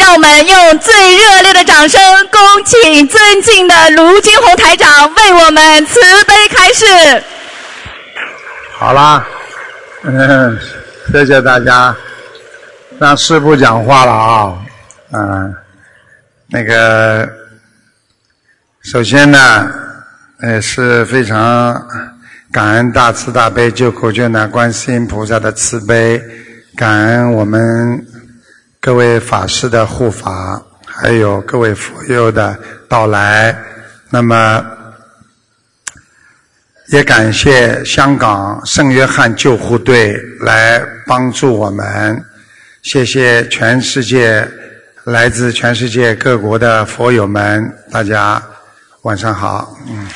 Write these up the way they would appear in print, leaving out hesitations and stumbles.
让我们用最热烈的掌声，恭请尊敬的卢军宏台长为我们慈悲开示。 好啦，谢谢大家，让师父讲话了啊。首先呢，是非常感恩大慈大悲救苦救难观世音菩萨的慈悲，感恩我们各位法师的护法，还有各位佛友的到来。那么也感谢香港圣约翰救护队来帮助我们，谢谢全世界来自全世界各国的佛友们，大家晚上好。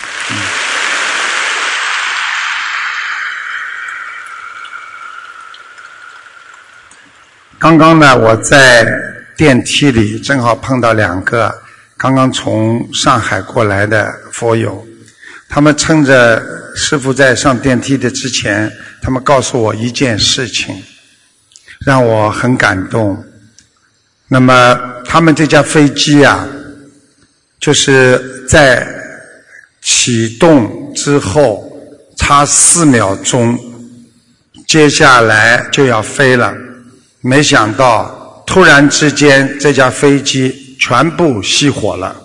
刚刚呢，我在电梯里正好碰到2个刚刚从上海过来的佛友，他们趁着师父在上电梯的之前，他们告诉我一件事情，让我很感动。那么他们这架飞机啊，就是在启动之后差4秒钟，接下来就要飞了。没想到突然之间这架飞机全部熄火了。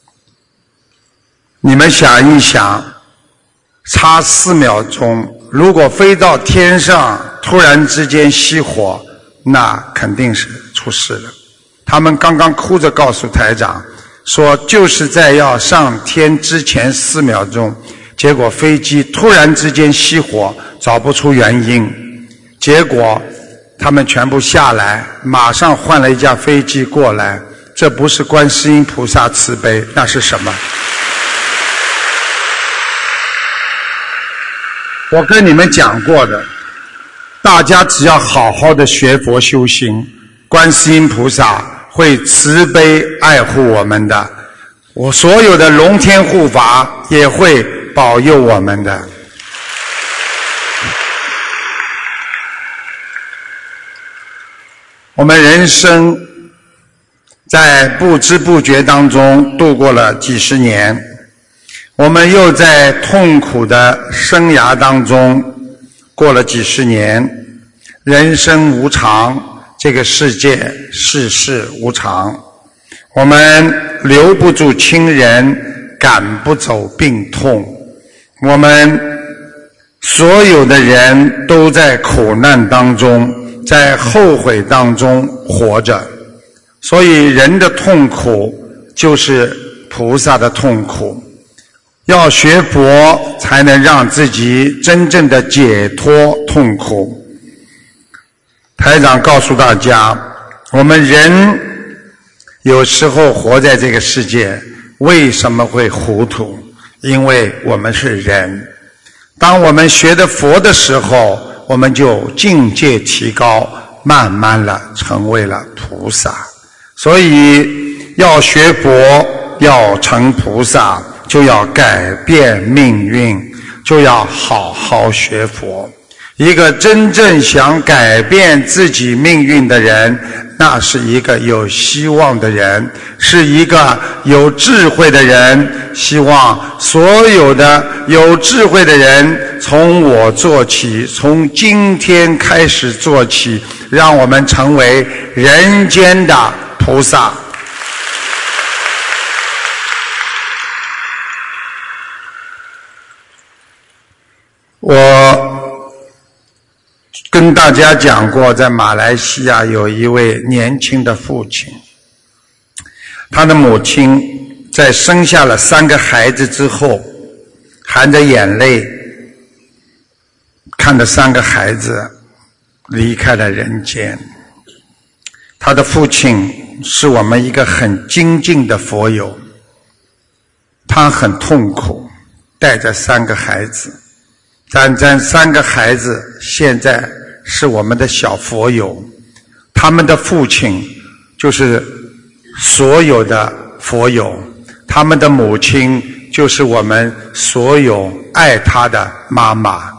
你们想一想，差4秒钟，如果飞到天上突然之间熄火，那肯定是出事了。他们刚刚哭着告诉台长说，就是在要上天之前4秒钟，结果飞机突然之间熄火，找不出原因，结果他们全部下来，马上换了一架飞机过来。这不是观世音菩萨慈悲，那是什么？我跟你们讲过的，大家只要好好的学佛修行，观世音菩萨会慈悲爱护我们的，我所有的龙天护法也会保佑我们的。我们人生在不知不觉当中度过了几十年，我们又在痛苦的生涯当中过了几十年。人生无常，这个世界世事无常，我们留不住亲人，赶不走病痛，我们所有的人都在苦难当中，在后悔当中活着。所以人的痛苦就是菩萨的痛苦，要学佛才能让自己真正的解脱痛苦。台长告诉大家，我们人有时候活在这个世界为什么会糊涂？因为我们是人。当我们学的佛的时候，我们就境界提高，慢慢地成为了菩萨。所以要学佛，要成菩萨，就要改变命运，就要好好学佛。一个真正想改变自己命运的人，那是一个有希望的人，是一个有智慧的人。希望所有的有智慧的人从我做起，从今天开始做起，让我们成为人间的菩萨。我跟大家讲过，在马来西亚有一位年轻的父亲，他的母亲在生下了3个孩子之后，含着眼泪看着3个孩子离开了人间。他的父亲是我们一个很精进的佛友，他很痛苦，带着3个孩子，但这3个孩子现在是我们的小佛友，他们的父亲就是所有的佛友，他们的母亲就是我们所有爱他的妈妈。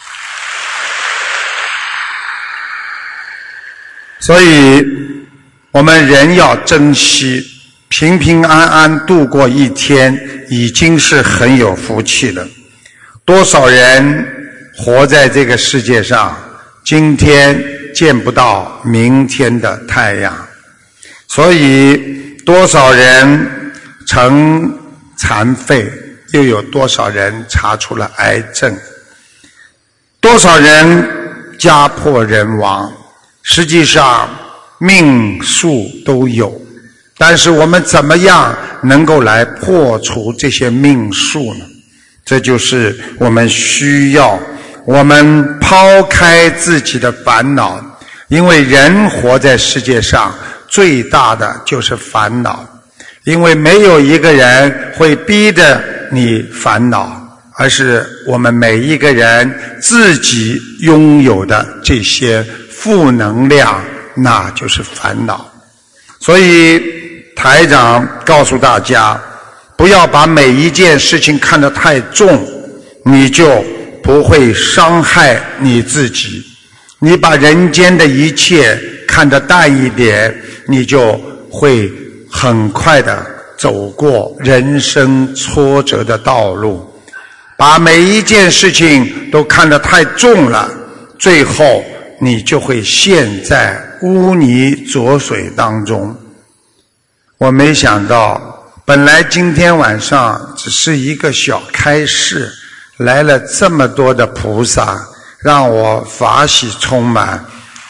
所以我们人要珍惜，平平安安度过一天已经是很有福气了。多少人活在这个世界上，今天见不到明天的太阳，所以多少人成残废，又有多少人查出了癌症，多少人家破人亡，实际上命数都有，但是我们怎么样能够来破除这些命数呢？这就是我们需要，我们抛开自己的烦恼，因为人活在世界上最大的就是烦恼，因为没有一个人会逼着你烦恼，而是我们每一个人自己拥有的这些负能量，那就是烦恼。所以台长告诉大家，不要把每一件事情看得太重，你就不会伤害你自己。你把人间的一切看得淡一点，你就会很快的走过人生挫折的道路。把每一件事情都看得太重了，最后你就会陷在污泥浊水当中。我没想到，本来今天晚上只是一个小开示，来了这么多的菩萨，让我法喜充满。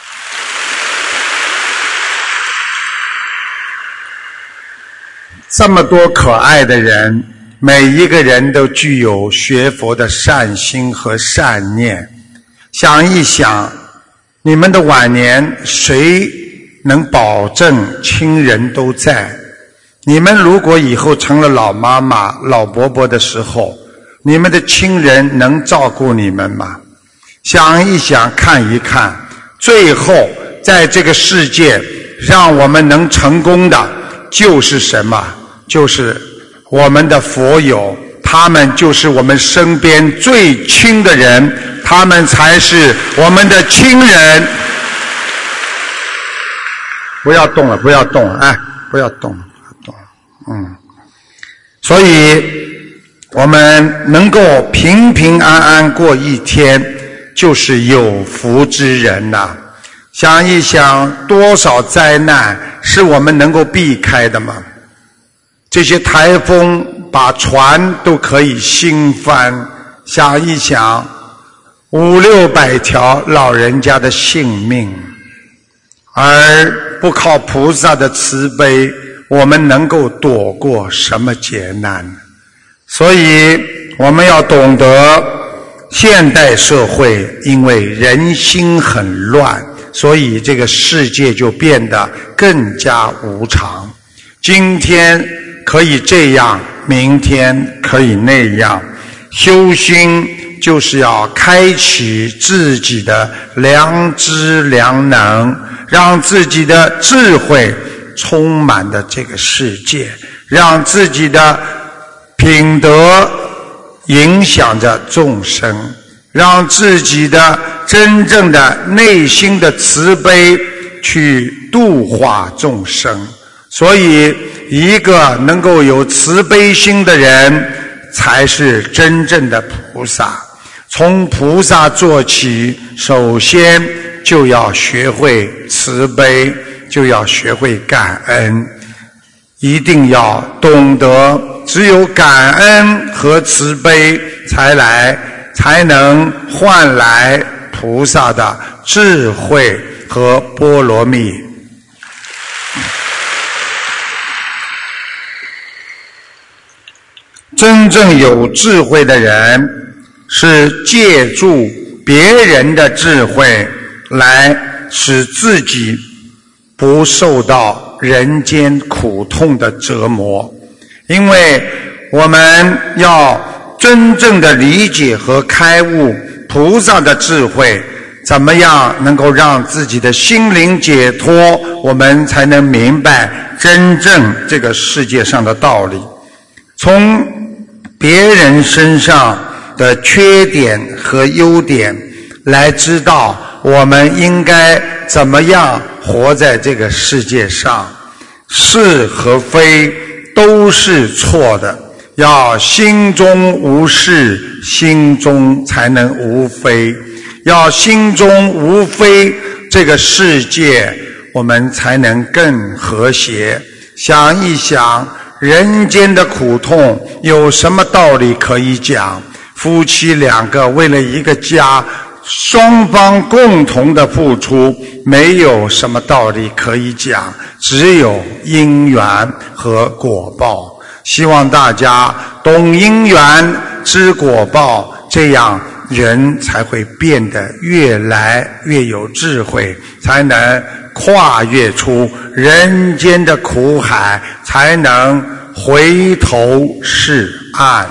这么多可爱的人，每一个人都具有学佛的善心和善念。想一想，你们的晚年谁能保证亲人都在？你们如果以后成了老妈妈、老伯伯的时候，你们的亲人能照顾你们吗？想一想，看一看，最后在这个世界让我们能成功的就是什么？就是我们的佛友，他们就是我们身边最亲的人，他们才是我们的亲人。不要动了，不要动了，哎，不要动了，不要动了。所以我们能够平平安安过一天，就是有福之人呐。想一想，多少灾难是我们能够避开的吗？这些台风把船都可以掀翻，想一想，500-600条老人家的性命，而不靠菩萨的慈悲，我们能够躲过什么劫难？所以我们要懂得，现代社会因为人心很乱，所以这个世界就变得更加无常。今天可以这样，明天可以那样。修心就是要开启自己的良知良能，让自己的智慧充满了这个世界，让自己的品德影响着众生，让自己的真正的内心的慈悲去度化众生。所以一个能够有慈悲心的人才是真正的菩萨。从菩萨做起，首先就要学会慈悲，就要学会感恩，一定要懂得只有感恩和慈悲才能换来菩萨的智慧和波罗蜜。真正有智慧的人是借助别人的智慧来使自己不受到人间苦痛的折磨。因为我们要真正的理解和开悟菩萨的智慧，怎么样能够让自己的心灵解脱，我们才能明白真正这个世界上的道理。从别人身上的缺点和优点来知道我们应该怎么样活在这个世界上，是和非都是错的，要心中无是，心中才能无非，要心中无非，这个世界我们才能更和谐。想一想人间的苦痛，有什么道理可以讲？夫妻两个为了一个家，双方共同的付出，没有什么道理可以讲，只有因缘和果报。希望大家懂因缘知果报，这样人才会变得越来越有智慧，才能跨越出人间的苦海，才能回头是岸。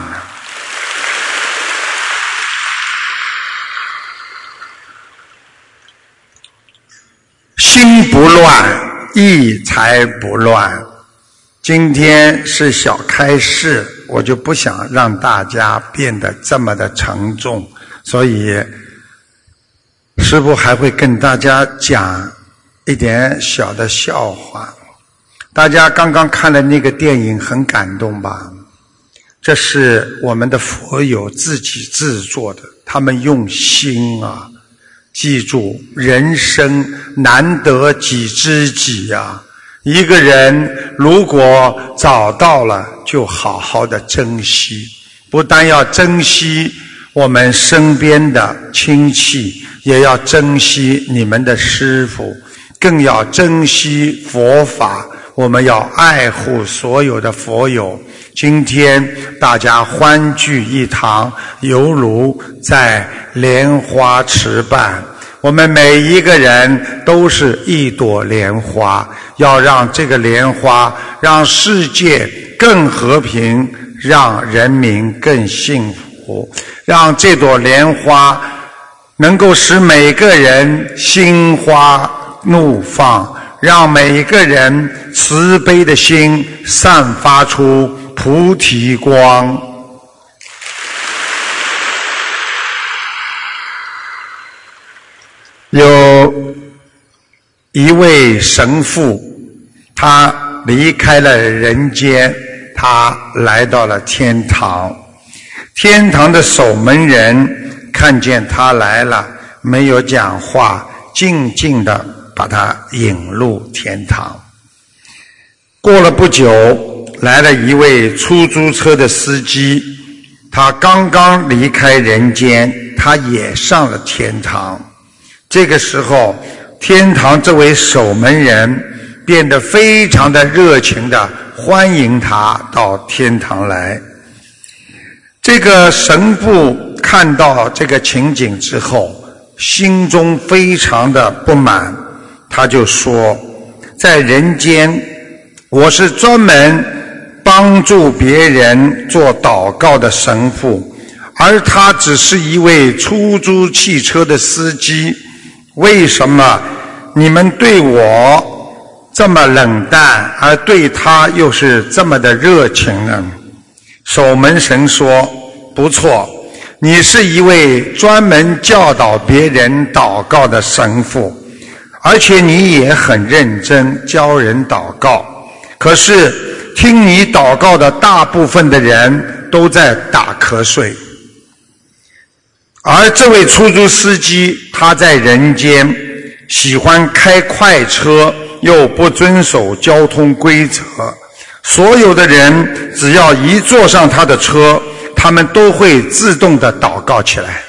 心不乱，意才不乱。今天是小开示，我就不想让大家变得这么的沉重，所以师父还会跟大家讲一点小的笑话。大家刚刚看了那个电影很感动吧？这是我们的佛友自己制作的，他们用心啊。记住，人生难得几知己啊！一个人如果找到了，就好好的珍惜。不但要珍惜我们身边的亲戚，也要珍惜你们的师父，更要珍惜佛法。我们要爱护所有的佛友。今天大家欢聚一堂，犹如在莲花池畔，我们每一个人都是一朵莲花，要让这个莲花，让世界更和平，让人民更幸福，让这朵莲花能够使每个人心花怒放，让每个人慈悲的心散发出菩提光。有一位神父，他离开了人间，他来到了天堂。天堂的守门人看见他来了，没有讲话，静静地把他引入天堂。过了不久，来了一位出租车的司机，他刚刚离开人间，他也上了天堂。这个时候，天堂这位守门人变得非常的热情的欢迎他到天堂来。这个神父看到这个情景之后，心中非常的不满，他就说，在人间我是专门帮助别人做祷告的神父，而他只是一位出租汽车的司机，为什么你们对我这么冷淡，而对他又是这么的热情呢？守门神说，不错，你是一位专门教导别人祷告的神父，而且你也很认真教人祷告，可是听你祷告的大部分的人都在打瞌睡。而这位出租司机，他在人间喜欢开快车，又不遵守交通规则，所有的人只要一坐上他的车，他们都会自动的祷告起来。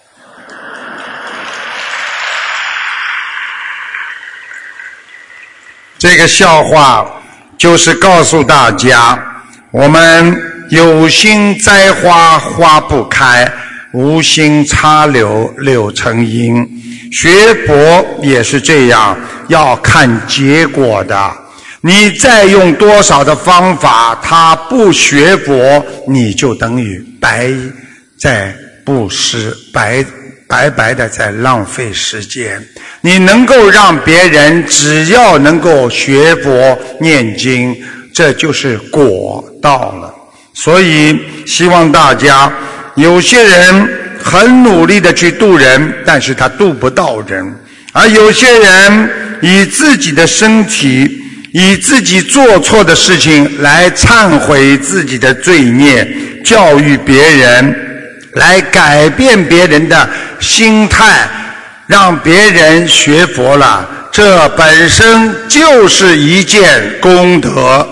这个笑话就是告诉大家，我们有心栽花花不开，无心插柳柳成荫。学佛也是这样，要看结果的。你再用多少的方法，他不学佛，你就等于白在布施，白白的在浪费时间。你能够让别人只要能够学佛念经，这就是果到了。所以希望大家，有些人很努力的去度人，但是他度不到人， 而有些人以自己的身体，以自己做错的事情来忏悔自己的罪孽，教育别人，来改变别人的心态，让别人学佛了，这本身就是一件功德。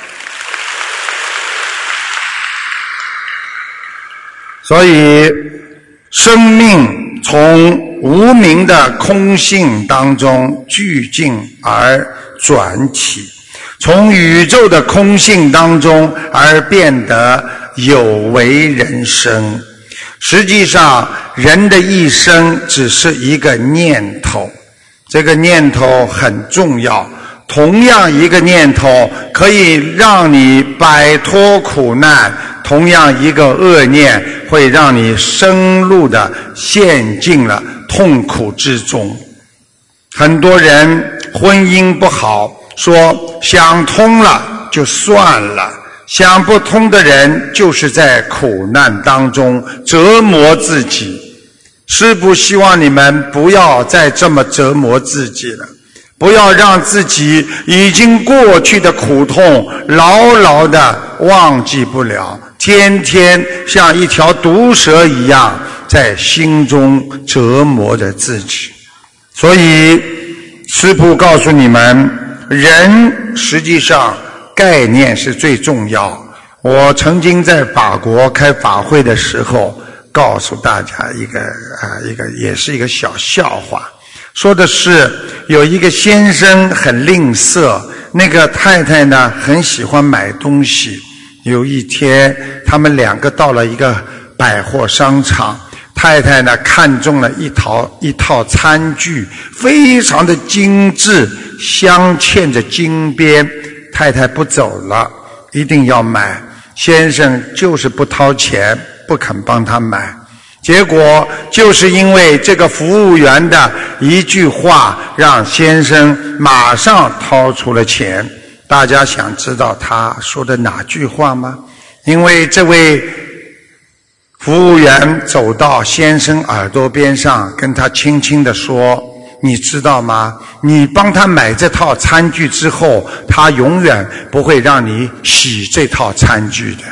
所以生命从无明的空性当中聚尽而转起，从宇宙的空性当中而变得有为人生。实际上人的一生只是一个念头，这个念头很重要，同样一个念头可以让你摆脱苦难，同样一个恶念会让你深入的陷进了痛苦之中。很多人婚姻不好，说想通了就算了，想不通的人就是在苦难当中折磨自己。师父希望你们不要再这么折磨自己了，不要让自己已经过去的苦痛牢牢的忘记不了，天天像一条毒蛇一样在心中折磨着自己。所以师父告诉你们，人实际上概念是最重要。我曾经在法国开法会的时候告诉大家一个也是一个小笑话，说的是有一个先生很吝啬，那个太太呢很喜欢买东西。有一天他们两个到了一个百货商场，太太呢看中了一套餐具，非常的精致，镶嵌着金边。太太不走了，一定要买，先生就是不掏钱，不肯帮他买。结果就是因为这个服务员的一句话，让先生马上掏出了钱。大家想知道他说的哪句话吗？因为这位服务员走到先生耳朵边上，跟他轻轻地说，你知道吗？你帮他买这套餐具之后，他永远不会让你洗这套餐具的。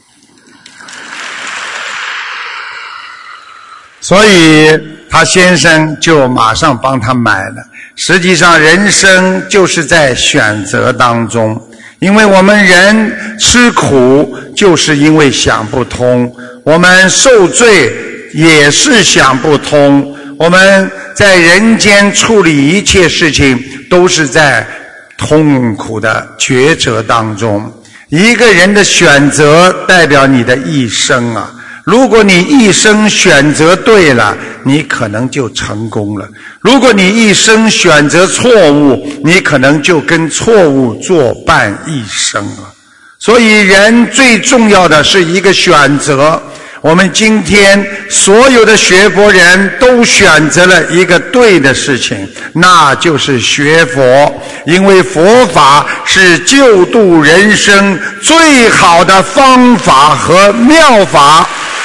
所以他先生就马上帮他买了。实际上人生就是在选择当中，因为我们人吃苦就是因为想不通，我们受罪也是想不通，我们在人间处理一切事情都是在痛苦的抉择当中。一个人的选择代表你的一生啊，如果你一生选择对了，你可能就成功了；如果你一生选择错误，你可能就跟错误作伴一生了。所以人最重要的是一个选择。我们今天所有的学佛人都选择了一个对的事情，那就是学佛。因为佛法是救度人生最好的方法和妙法。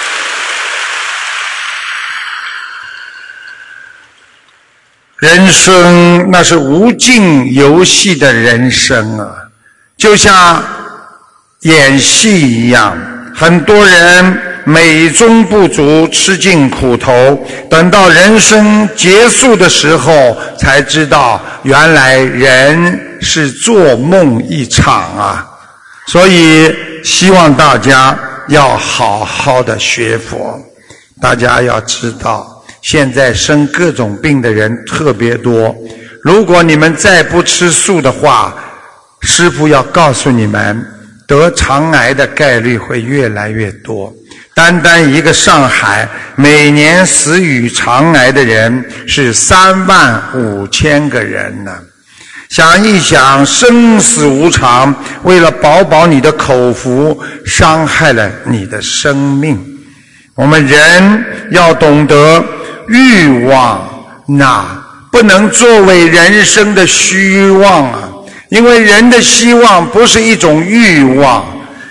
人生那是无尽游戏的人生啊，就像演戏一样，很多人美中不足，吃尽苦头，等到人生结束的时候才知道，原来人是做梦一场啊。所以希望大家要好好的学佛。大家要知道，现在生各种病的人特别多，如果你们再不吃素的话，师父要告诉你们，得肠癌的概率会越来越多。单单一个上海，每年死于肠癌的人是35000个人呢。想一想，生死无常，为了保你的口福，伤害了你的生命。我们人要懂得欲望，那不能作为人生的虚妄啊！因为人的希望不是一种欲望，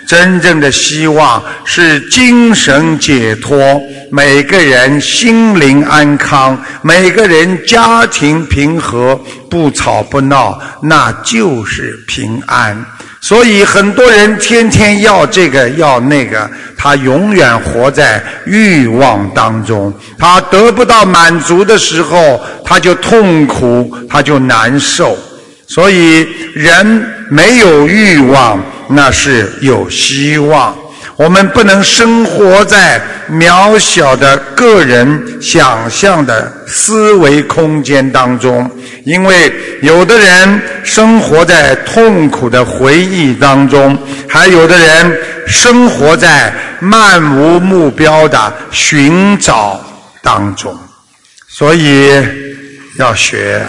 真正的希望是精神解脱，每个人心灵安康，每个人家庭平和，不吵不闹，那就是平安。所以很多人天天要这个要那个，他永远活在欲望当中，他得不到满足的时候，他就痛苦，他就难受。所以人没有欲望，那是有希望。我们不能生活在渺小的个人想象的思维空间当中，因为有的人生活在痛苦的回忆当中，还有的人生活在漫无目标的寻找当中。所以要学。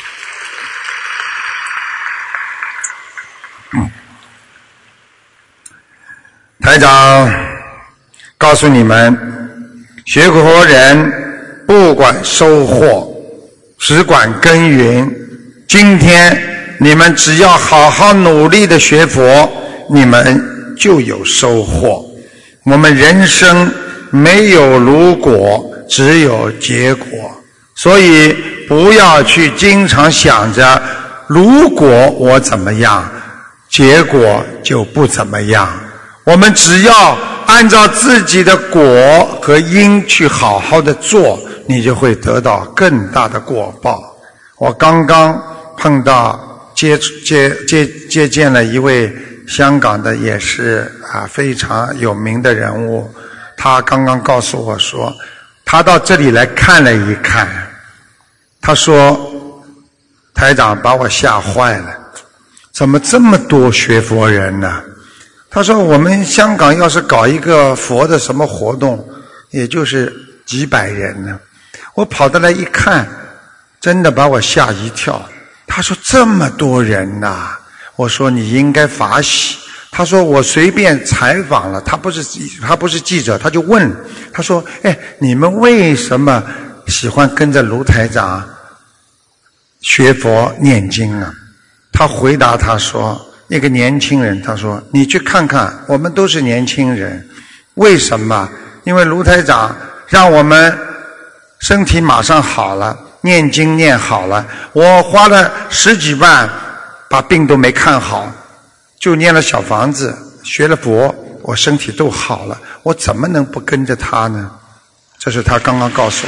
台长告诉你们，学佛人不管收获，只管耕耘。今天你们只要好好努力的学佛，你们就有收获。我们人生没有如果，只有结果。所以不要去经常想着如果我怎么样，结果就不怎么样。我们只要按照自己的果和因去好好的做，你就会得到更大的果报。我刚刚碰到接见了一位香港的也是非常有名的人物，他刚刚告诉我说，他到这里来看了一看，他说台长把我吓坏了，怎么这么多学佛人呢？他说我们香港要是搞一个佛的什么活动，也就是几百人呢。我跑到来一看，真的把我吓一跳。他说这么多人呐，我说你应该法喜。他说我随便采访了，他不是记者，他就问，他说你们为什么喜欢跟着卢台长学佛念经啊？他回答他说，那个年轻人他说，你去看看，我们都是年轻人，为什么？因为卢台长让我们身体马上好了，念经念好了，我花了10几万把病都没看好，就念了小房子，学了佛，我身体都好了，我怎么能不跟着他呢？这是他刚刚告诉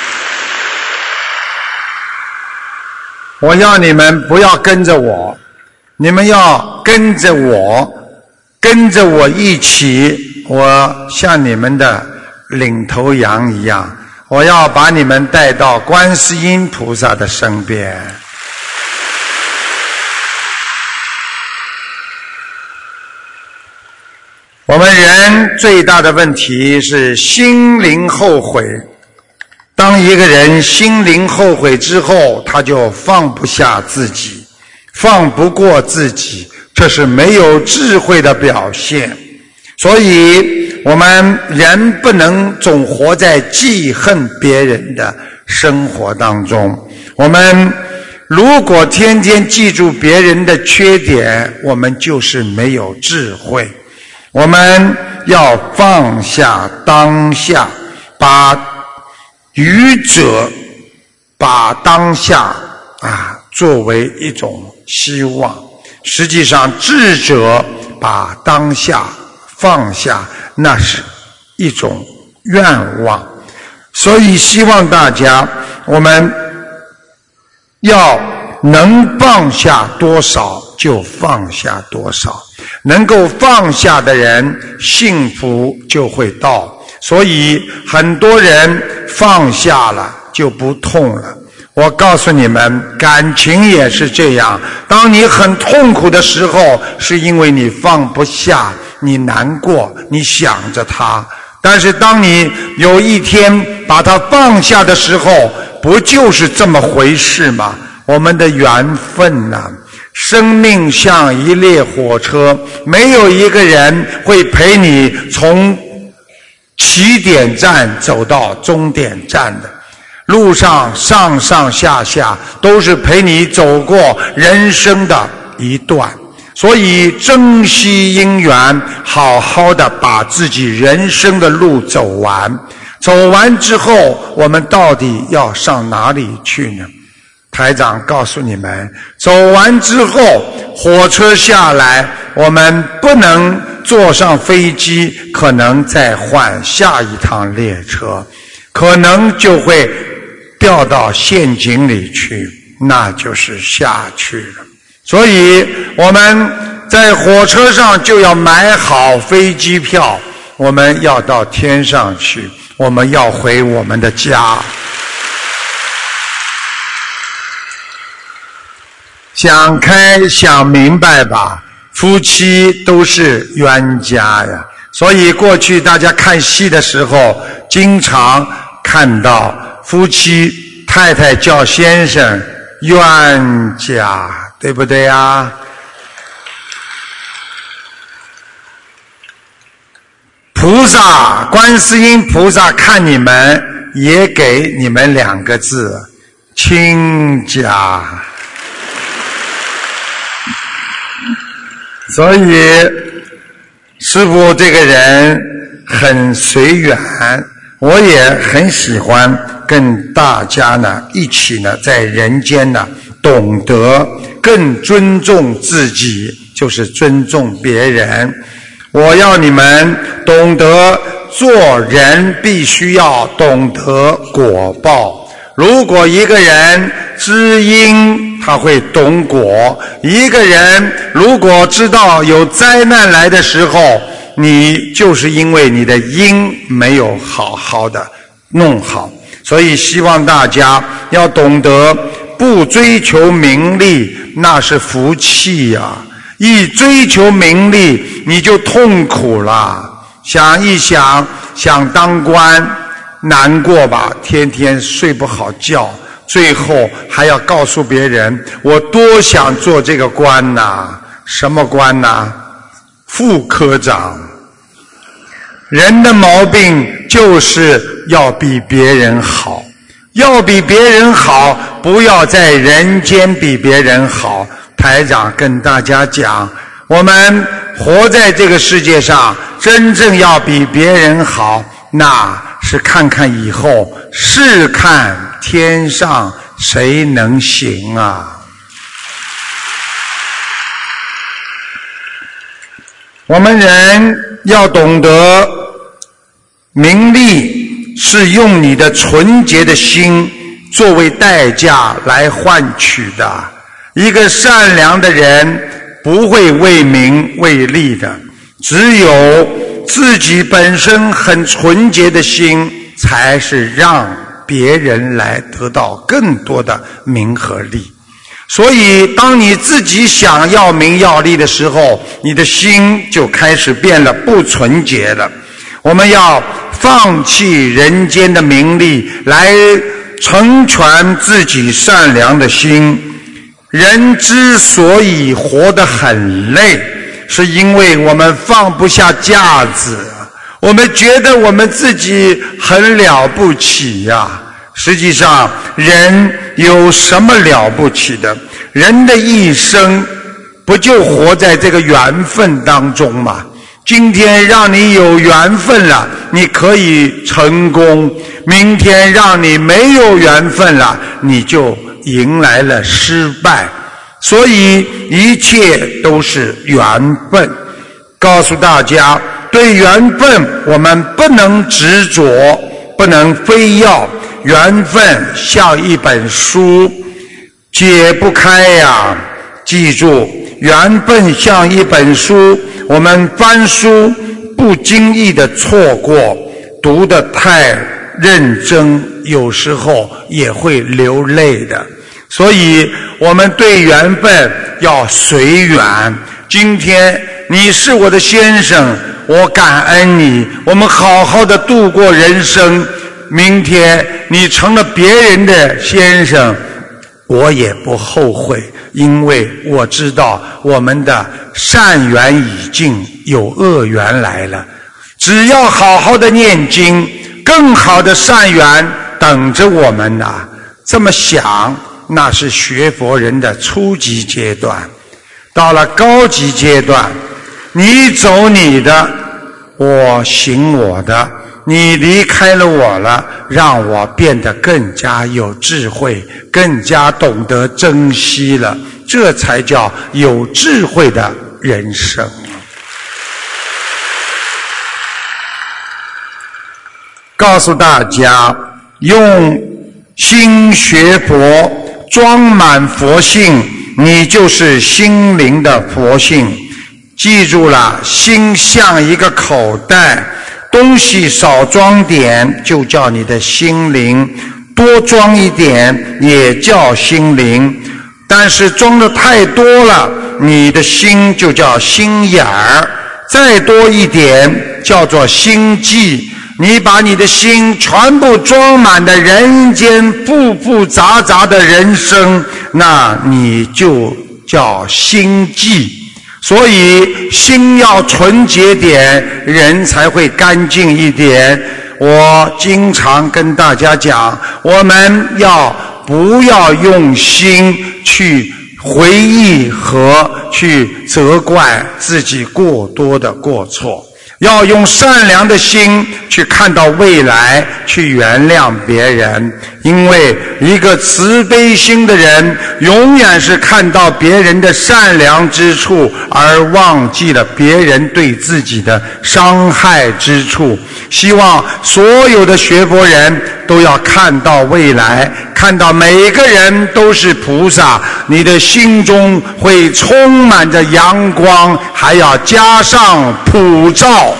我。我要你们不要跟着我，你们要跟着我一起，我像你们的领头羊一样，我要把你们带到观世音菩萨的身边。我们人最大的问题是心灵后悔。当一个人心灵后悔之后，他就放不下自己，放不过自己，这是没有智慧的表现。所以我们人不能总活在记恨别人的生活当中。我们如果天天记住别人的缺点，我们就是没有智慧。我们要放下当下，把愚者把当下作为一种希望，实际上智者把当下放下，那是一种愿望。所以希望大家我们要能放下多少就放下多少，能够放下的人幸福就会到。所以很多人放下了就不痛了。我告诉你们，感情也是这样，当你很痛苦的时候，是因为你放不下，你难过，你想着他。但是当你有一天把它放下的时候，不就是这么回事吗？我们的缘分啊，生命像一列火车，没有一个人会陪你从起点站走到终点站的，路上上上下下都是陪你走过人生的一段。 所以珍惜因缘，好好的把自己人生的路走完。走完之后，我们到底要上哪里去呢？台长告诉你们，走完之后，火车下来，我们不能坐上飞机，可能再换下一趟列车，可能就会掉到陷阱里去，那就是下去了。所以我们在火车上就要买好飞机票，我们要到天上去，我们要回我们的家。想开想明白吧，夫妻都是冤家呀。所以过去大家看戏的时候，经常看到夫妻太太叫先生冤家，对不对啊？菩萨，观世音菩萨看你们也给你们2个字，亲家。所以师父这个人很随缘，我也很喜欢跟大家呢一起呢在人间呢懂得更尊重自己，就是尊重别人。我要你们懂得做人必须要懂得果报。如果一个人知因，他会懂果。一个人如果知道有灾难来的时候，你就是因为你的因没有好好的弄好。所以希望大家要懂得不追求名利，那是福气呀。一追求名利，你就痛苦了。想一想，想当官难过吧，天天睡不好觉，最后还要告诉别人我多想做这个官呐。什么官呐？副科长。人的毛病就是要比别人好，要比别人好，不要在人间比别人好。台长跟大家讲，我们活在这个世界上，真正要比别人好，那是看看以后，试看天上谁能行啊。我们人要懂得，名利是用你的纯洁的心作为代价来换取的。一个善良的人不会为名为利的，只有自己本身很纯洁的心，才是让别人来得到更多的名和利。所以当你自己想要名要利的时候，你的心就开始变得不纯洁了。我们要放弃人间的名利，来成全自己善良的心。人之所以活得很累，是因为我们放不下架子，我们觉得我们自己很了不起呀。实际上人有什么了不起的？人的一生不就活在这个缘分当中吗？今天让你有缘分了，你可以成功，明天让你没有缘分了，你就迎来了失败。所以一切都是缘分。告诉大家，对缘分我们不能执着，不能非要。缘分像一本书，解不开呀。记住，缘分像一本书，我们翻书不经意的错过，读得太认真，有时候也会流泪的。所以我们对缘分要随缘。今天你是我的先生，我感恩你，我们好好的度过人生。明天你成了别人的先生，我也不后悔，因为我知道我们的善缘已尽，有恶缘来了。只要好好的念经，更好的善缘等着我们呐。这么想，那是学佛人的初级阶段。 到了高级阶段，你走你的，我行我的，你离开了我了，让我变得更加有智慧，更加懂得珍惜了，这才叫有智慧的人生。告诉大家，用心学佛，装满佛性，你就是心灵的佛性。记住了，心像一个口袋，东西少装点就叫你的心灵，多装一点也叫心灵，但是装的太多了，你的心就叫心眼儿，再多一点叫做心计。你把你的心全部装满的人间复复杂杂的人生，那你就叫心计。所以心要纯洁点，人才会干净一点。我经常跟大家讲，我们不要用心去回忆和去责怪自己过多的过错，要用善良的心去看到未来，去原谅别人。因为一个慈悲心的人永远是看到别人的善良之处，而忘记了别人对自己的伤害之处。希望所有的学佛人都要看到未来，看到每个人都是菩萨，你的心中会充满着阳光，还要加上普照。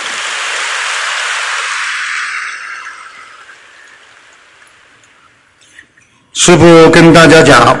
师父跟大家讲，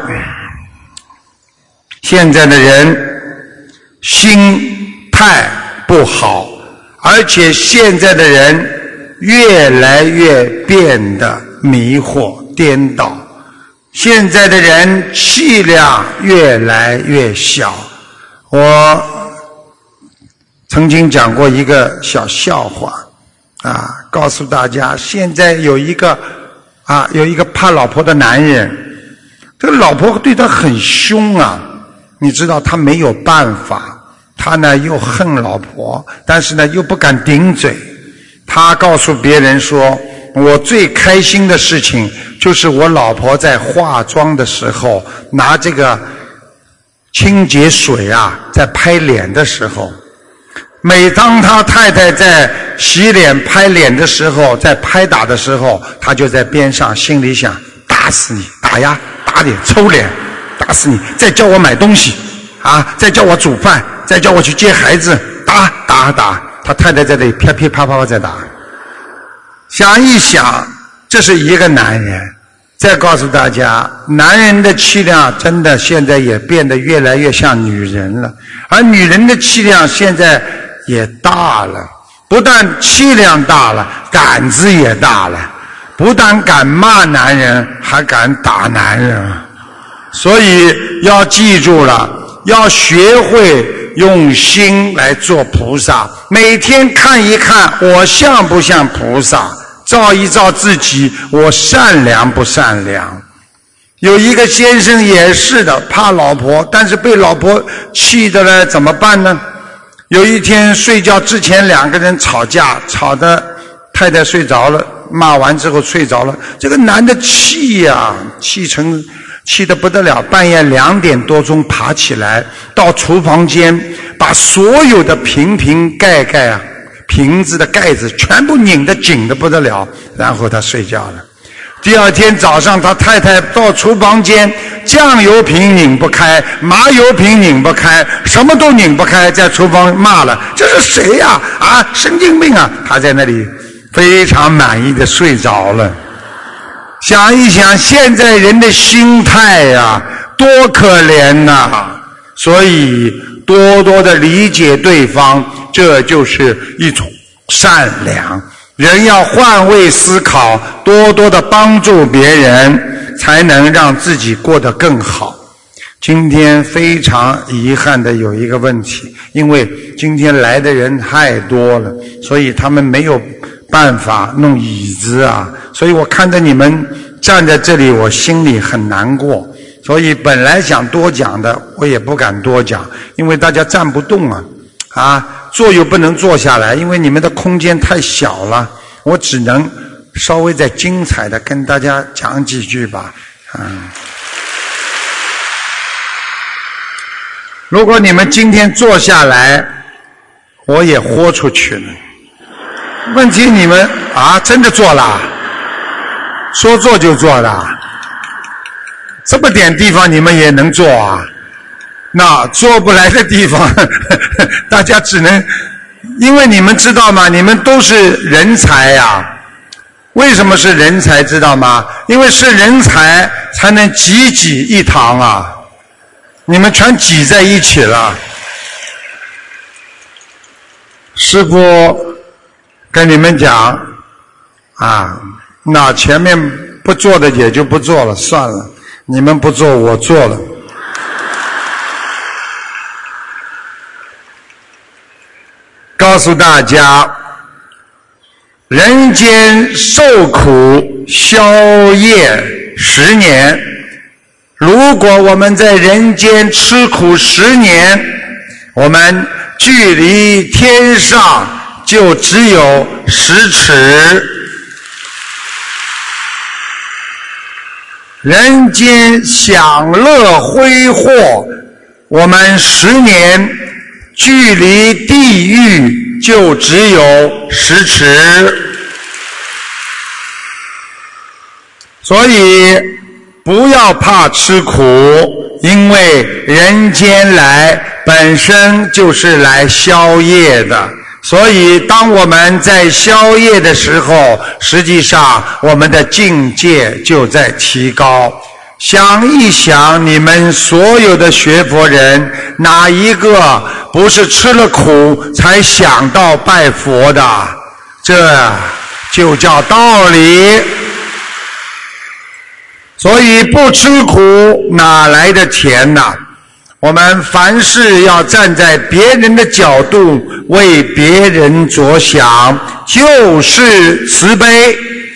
现在的人心态不好，而且现在的人越来越变得迷惑颠倒，现在的人气量越来越小。我曾经讲过一个小笑话告诉大家，现在有一个怕老婆的男人，这个老婆对他很凶你知道他没有办法，他呢又恨老婆，但是呢又不敢顶嘴。他告诉别人说，我最开心的事情就是我老婆在化妆的时候拿这个清洁水在拍脸的时候，每当他太太在洗脸拍脸的时候，在拍打的时候，他就在边上心里想，打死你，打呀，打脸，抽脸，打死你，再叫我买东西再叫我煮饭，再叫我去接孩子，打。他太太在那里噼噼啪啪在打。想一想，这是一个男人。再告诉大家，男人的气量真的现在也变得越来越像女人了，而女人的气量现在也大了，不但气量大了，胆子也大了，不但敢骂男人，还敢打男人。所以要记住了，要学会用心来做菩萨，每天看一看我像不像菩萨，照一照自己，我善良不善良。有一个先生也是的，怕老婆，但是被老婆气的了，怎么办呢？有一天睡觉之前，两个人吵架，吵得太太睡着了，骂完之后睡着了，这个男的气得不得了，半夜2点多钟爬起来，到厨房间把所有的瓶盖瓶子的盖子全部拧得紧得不得了，然后他睡觉了。第二天早上，他太太到厨房间，酱油瓶拧不开，麻油瓶拧不开，什么都拧不开，在厨房骂了，这是谁呀？神经病啊！他在那里非常满意的睡着了。想一想现在人的心态多可怜所以多多的理解对方，这就是一种善良。人要换位思考，多多的帮助别人，才能让自己过得更好。今天非常遗憾的有一个问题，因为今天来的人太多了，所以他们没有办法弄椅子所以我看着你们站在这里，我心里很难过。 所以本来想多讲的，我也不敢多讲，因为大家站不动坐又不能坐下来，因为你们的空间太小了，我只能稍微再精彩的跟大家讲几句吧。如果你们今天坐下来，我也豁出去了。问题你们真的做了？说做就做的？这么点地方你们也能做啊？那做不来的地方大家只能，因为你们知道吗？你们都是人才呀。为什么是人才知道吗？因为是人才才能济一堂啊，你们全挤在一起了。师父跟你们讲那前面不做的也就不做了，算了，你们不做我做了。告诉大家，人间受苦消业10年，如果我们在人间吃苦10年，我们距离天上就只有10尺。人间享乐挥霍，我们10年距离地狱就只有10尺。所以不要怕吃苦，因为人间来本身就是来消业的，所以当我们在消业的时候，实际上我们的境界就在提高。想一想，你们所有的学佛人，哪一个不是吃了苦才想到拜佛的？这就叫道理。所以不吃苦哪来的甜呢？我们凡事要站在别人的角度，为别人着想，就是慈悲。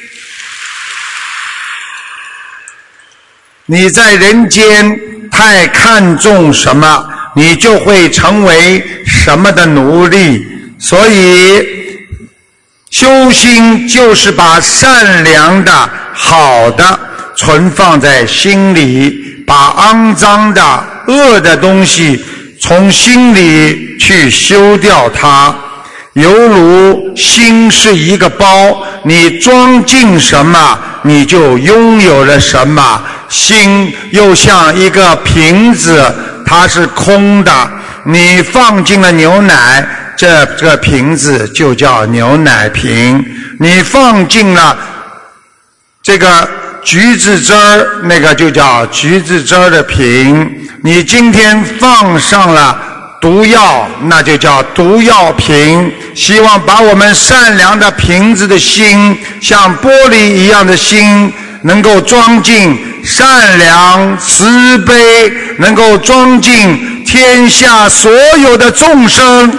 你在人间太看重什么，你就会成为什么的奴隶。所以修心就是把善良的好的存放在心里，把肮脏的恶的东西从心里去修掉它。犹如心是一个包，你装进什么你就拥有了什么。心又像一个瓶子，它是空的，你放进了牛奶，这个瓶子就叫牛奶瓶。你放进了这个橘子汁儿，那个就叫橘子汁儿的瓶。你今天放上了毒药，那就叫毒药瓶。希望把我们善良的瓶子的心，像玻璃一样的心，能够装进善良慈悲，能够装进天下所有的众生。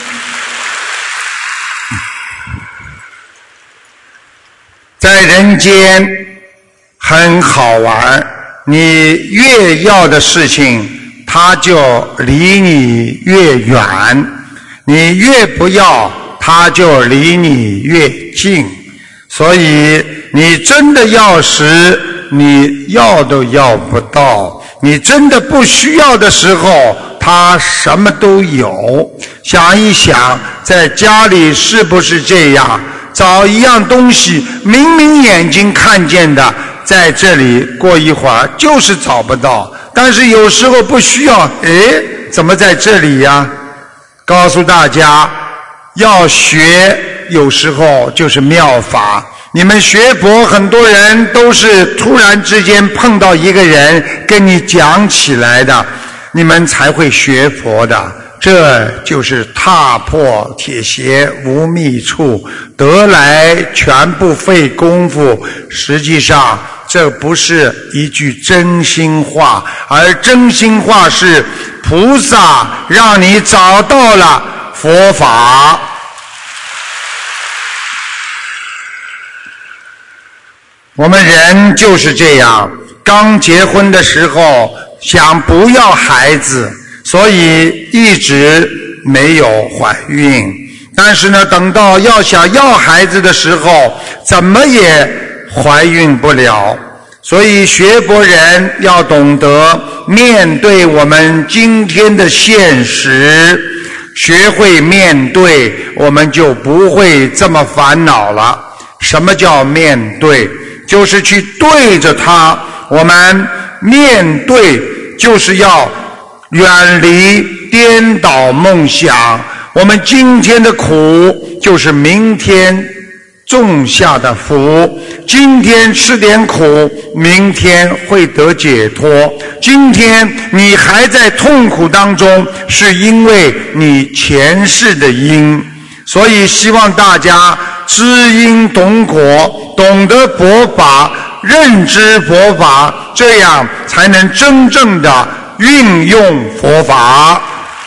在人间很好玩，你越要的事情它就离你越远，你越不要它就离你越近。所以你真的要时你要都要不到，你真的不需要的时候它什么都有。想一想在家里是不是这样，找一样东西明明眼睛看见的，在这里过一会儿就是找不到，但是有时候不需要，怎么在这里呀？告诉大家，要学有时候就是妙法。你们学佛很多人都是突然之间碰到一个人跟你讲起来的，你们才会学佛的。这就是踏破铁鞋无觅处，得来全不费功夫。实际上这不是一句真心话，而真心话是菩萨让你找到了佛法。我们人就是这样， 刚结婚的时候想不要孩子，所以一直没有怀孕。但是呢，等到想要孩子的时候，怎么也怀孕不了。所以学佛人要懂得面对我们今天的现实，学会面对，我们就不会这么烦恼了。什么叫面对？就是去对着它。我们面对就是要远离颠倒梦想。我们今天的苦就是明天种下的福，今天吃点苦，明天会得解脱。今天你还在痛苦当中，是因为你前世的因。所以希望大家知因懂果，懂得佛法，认知佛法，这样才能真正的运用佛法。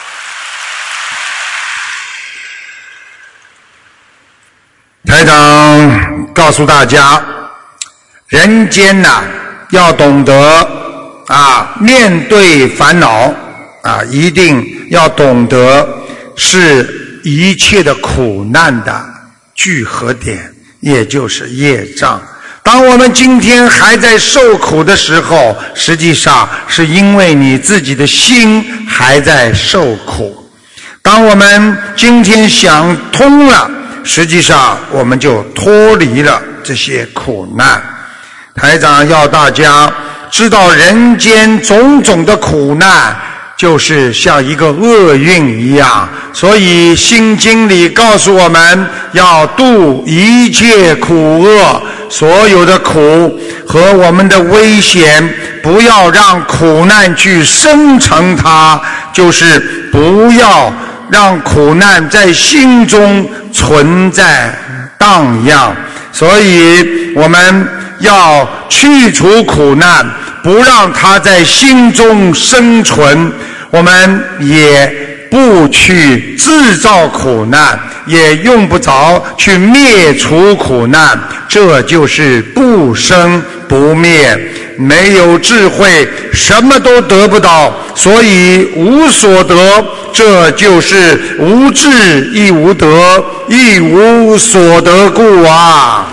台长告诉大家，人间呐，要懂得面对烦恼一定要懂得是一切的苦难的聚合点，也就是业障。当我们今天还在受苦的时候，实际上是因为你自己的心还在受苦。当我们今天想通了，实际上我们就脱离了这些苦难。台长要大家知道，人间种种的苦难就是像一个厄运一样，所以心经里告诉我们要度一切苦厄，所有的苦和我们的危险，不要让苦难去生成它，就是不要让苦难在心中存在荡漾。所以我们要去除苦难，不让它在心中生存。我们也不去制造苦难，也用不着去灭除苦难，这就是不生不灭。没有智慧，什么都得不到，所以无所得，这就是无智亦无得，亦无所得故啊。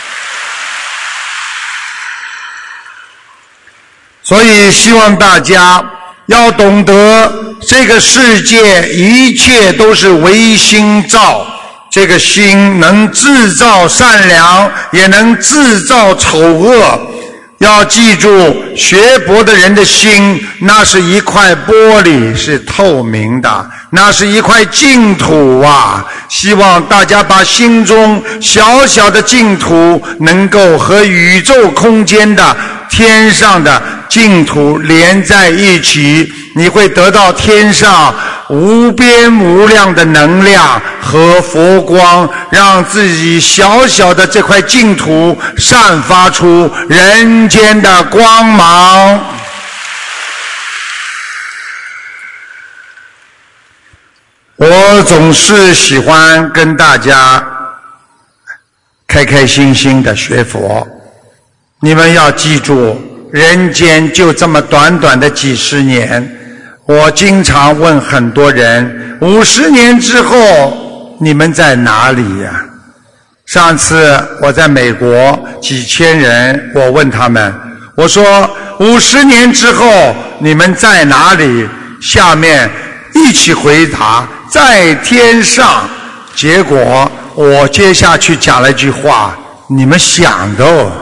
所以希望大家要懂得，这个世界一切都是唯心造，这个心能制造善良，也能制造丑恶。要记住，学佛的人的心，那是一块玻璃，是透明的，那是一块净土啊！希望大家把心中小小的净土能够和宇宙空间的天上的净土连在一起，你会得到天上无边无量的能量和佛光，让自己小小的这块净土散发出人间的光芒。我总是喜欢跟大家开开心心的学佛，你们要记住，人间就这么短短的几十年。我经常问很多人，50年之后你们在哪里呀？上次我在美国几千人，我问他们，我说50年之后你们在哪里？下面一起回答在天上。结果我接下去讲了一句话，你们想的哦，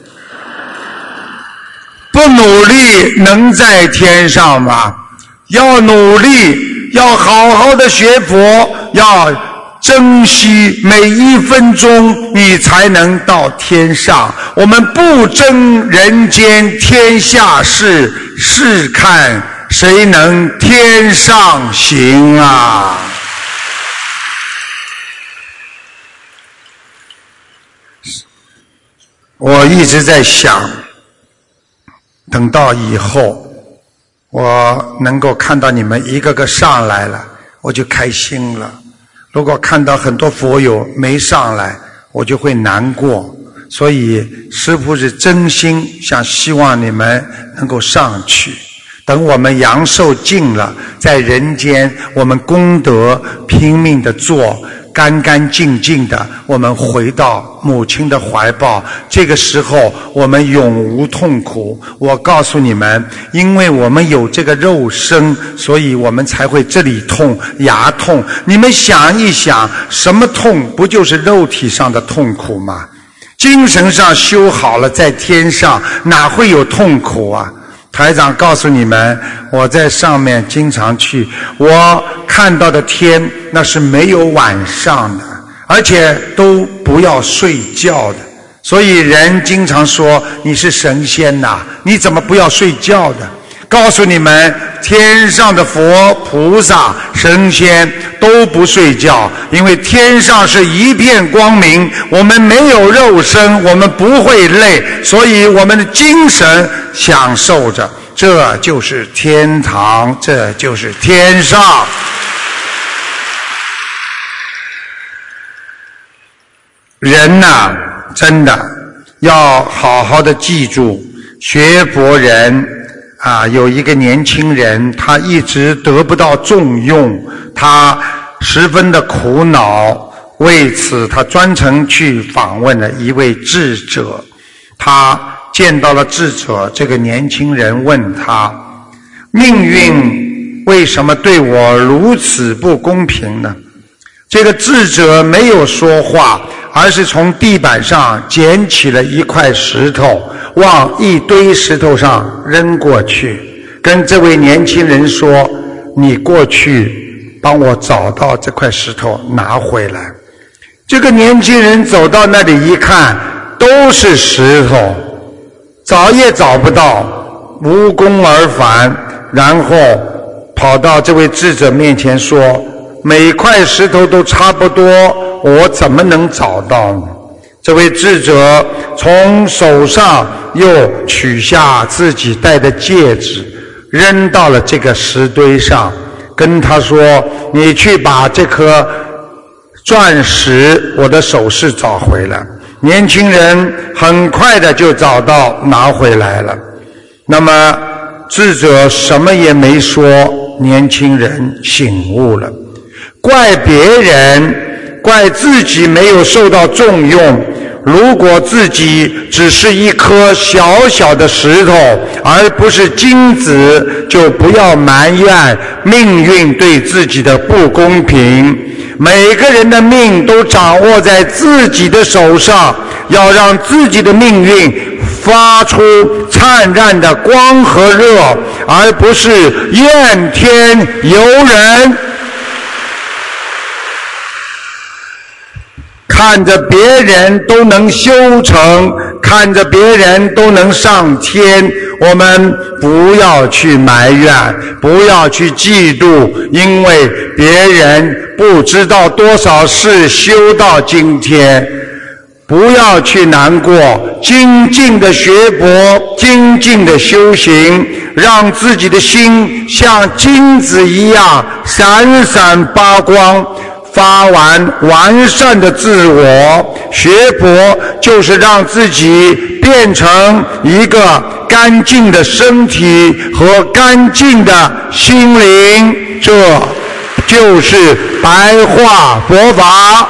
不努力能在天上吗？要努力，要好好的学佛，要珍惜每一分钟，你才能到天上。我们不争人间天下事，试看谁能天上行啊！我一直在想，等到以后我能够看到你们一个个上来了，我就开心了。如果看到很多佛友没上来，我就会难过。 所以师父是真心想希望你们能够上去。等我们阳寿尽了，在人间我们功德拼命的做，干干净净的，我们回到母亲的怀抱，这个时候我们永无痛苦。我告诉你们，因为我们有这个肉身，所以我们才会这里痛牙痛。你们想一想，什么痛不就是肉体上的痛苦吗？精神上修好了，在天上哪会有痛苦啊？台长告诉你们，我在上面经常去，我看到的天那是没有晚上的，而且都不要睡觉的。所以人经常说你是神仙呐，你怎么不要睡觉的？告诉你们，天上的佛菩萨神仙都不睡觉，因为天上是一片光明，我们没有肉身，我们不会累，所以我们的精神享受着，这就是天堂，这就是天上。人呐，真的要好好的记住，学佛人有一个年轻人，他一直得不到重用，他十分的苦恼，为此他专程去访问了一位智者。他见到了智者，这个年轻人问他，命运为什么对我如此不公平呢？这个智者没有说话，而是从地板上捡起了一块石头，往一堆石头上扔过去，跟这位年轻人说，你过去帮我找到这块石头拿回来。这个年轻人走到那里一看，都是石头，找也找不到，无功而返，然后跑到这位智者面前说，每块石头都差不多，我怎么能找到呢？这位智者从手上又取下自己戴的戒指，扔到了这个石堆上，跟他说，你去把这颗钻石我的首饰找回来。年轻人很快的就找到拿回来了。那么智者什么也没说，年轻人醒悟了，怪别人，怪自己没有受到重用。如果自己只是一颗小小的石头，而不是金子，就不要埋怨命运对自己的不公平。每个人的命都掌握在自己的手上，要让自己的命运发出灿烂的光和热，而不是怨天尤人。看着别人都能修成，看着别人都能上天，我们不要去埋怨，不要去嫉妒，因为别人不知道多少事修到今天。不要去难过，精进的学佛，精进的修行，让自己的心像金子一样闪闪发光，发完善的自我。学佛就是让自己变成一个干净的身体和干净的心灵，这就是白话佛法。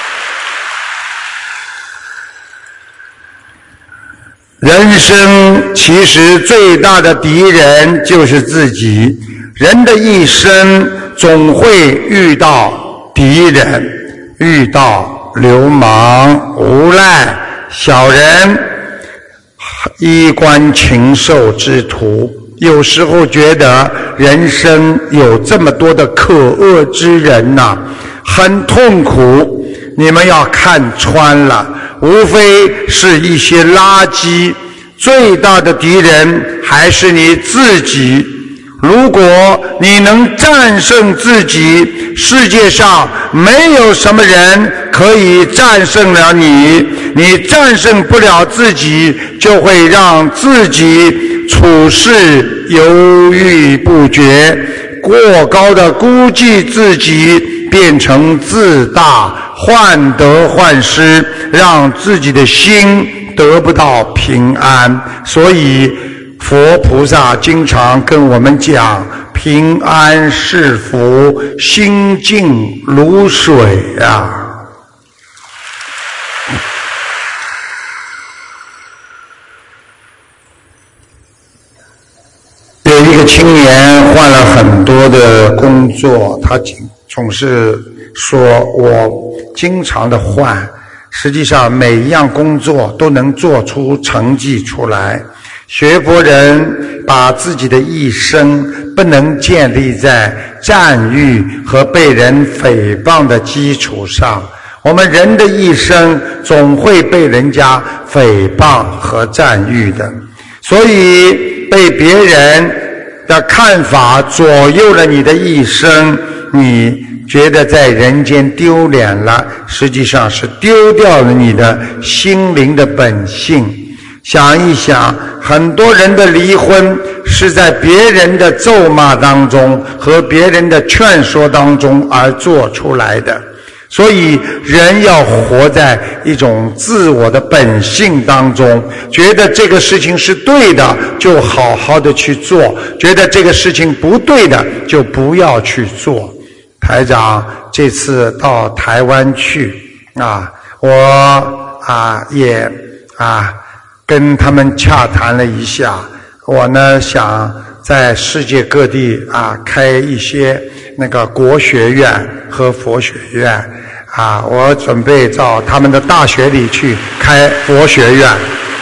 人生其实最大的敌人就是自己，人的一生总会遇到敌人，遇到流氓、无赖、小人、衣冠禽兽之徒。有时候觉得人生有这么多的可恶之人呐，很痛苦。你们要看穿了，无非是一些垃圾，最大的敌人还是你自己。如果你能战胜自己，世界上没有什么人可以战胜了你。你战胜不了自己，就会让自己处事犹豫不决，过高的估计自己，变成自大患得患失，让自己的心得不到平安。所以佛菩萨经常跟我们讲，平安是福，心静如水啊。有一个青年换了很多的工作，他总是说我经常的换，实际上每一样工作都能做出成绩出来。学佛人把自己的一生不能建立在赞誉和被人诽谤的基础上，我们人的一生总会被人家诽谤和赞誉的，所以被别人的看法左右了你的一生，你觉得在人间丢脸了，实际上是丢掉了你的心灵的本性。想一想，很多人的离婚是在别人的咒骂当中和别人的劝说当中而做出来的。所以人要活在一种自我的本性当中，觉得这个事情是对的就好好的去做，觉得这个事情不对的就不要去做。台长这次到台湾去我也跟他们洽谈了一下，我呢想在世界各地开一些那个国学院和佛学院我准备到他们的大学里去开佛学院，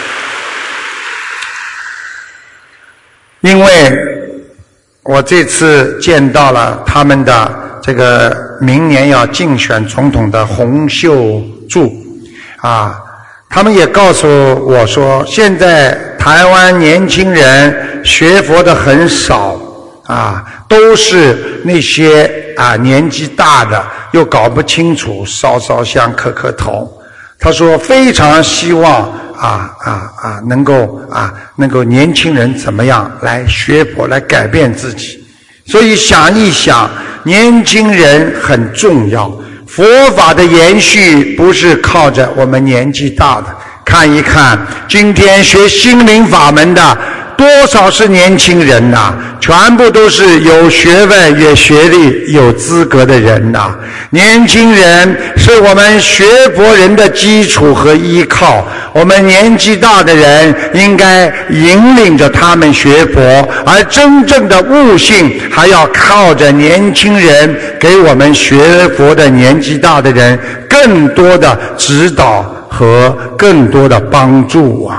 因为我这次见到了他们的这个明年要竞选总统的洪秀柱他们也告诉我说，现在台湾年轻人学佛的很少都是那些年纪大的又搞不清楚，烧烧香磕磕头。他说非常希望能够年轻人怎么样来学佛，来改变自己。所以想一想，年轻人很重要，佛法的延续不是靠着我们年纪大的。看一看今天学心灵法门的多少是年轻人全部都是有学问、有学历、有资格的人年轻人是我们学佛人的基础和依靠，我们年纪大的人应该引领着他们学佛，而真正的悟性还要靠着年轻人给我们学佛的年纪大的人更多的指导和更多的帮助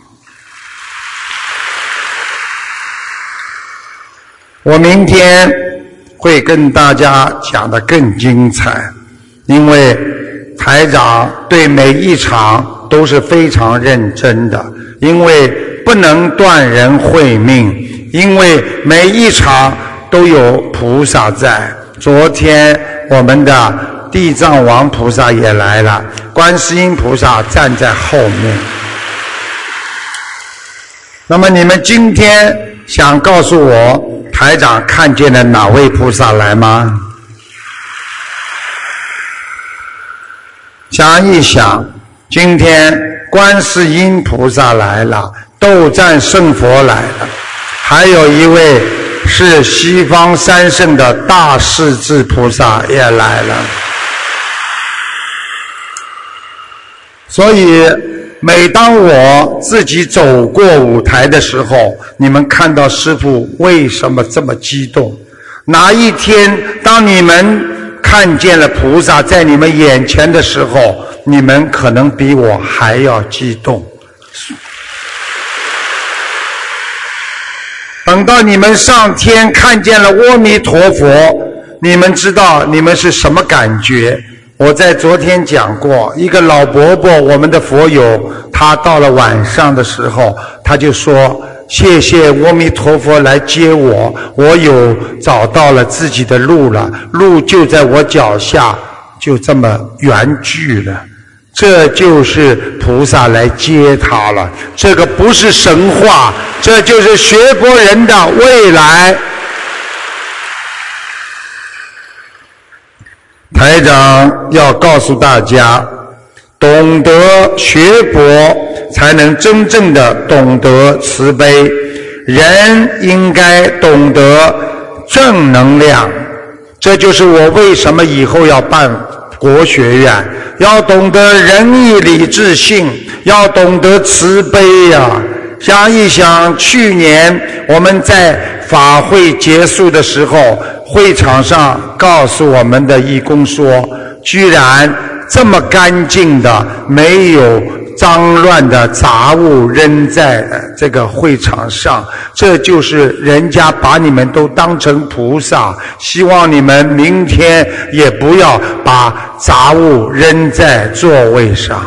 我明天会跟大家讲得更精彩，因为台长对每一场都是非常认真的，因为不能断人慧命，因为每一场都有菩萨在。昨天我们的地藏王菩萨也来了，观世音菩萨站在后面。那么你们今天想告诉我台长看见了哪位菩萨来吗？想一想，今天观世音菩萨来了，斗战胜佛来了，还有一位是西方三圣的大势至菩萨也来了。所以每当我自己走过舞台的时候，你们看到师父为什么这么激动？哪一天当你们看见了菩萨在你们眼前的时候，你们可能比我还要激动。等到你们上天看见了阿弥陀佛，你们知道你们是什么感觉？我在昨天讲过，一个老伯伯，我们的佛友，他到了晚上的时候，他就说谢谢阿弥陀佛来接我，我有找到了自己的路了，路就在我脚下，就这么圆聚了。这就是菩萨来接他了，这个不是神话，这就是学佛人的未来。 台长要告诉大家，懂得学佛才能真正的懂得慈悲，人应该懂得正能量。这就是我为什么以后要办国学院，要懂得仁义礼智信，要懂得慈悲呀。想一想，去年我们在法会结束的时候，会场上告诉我们的义工说，居然这么干净的，没有脏乱的杂物扔在这个会场上，这就是人家把你们都当成菩萨，希望你们明天也不要把杂物扔在座位上。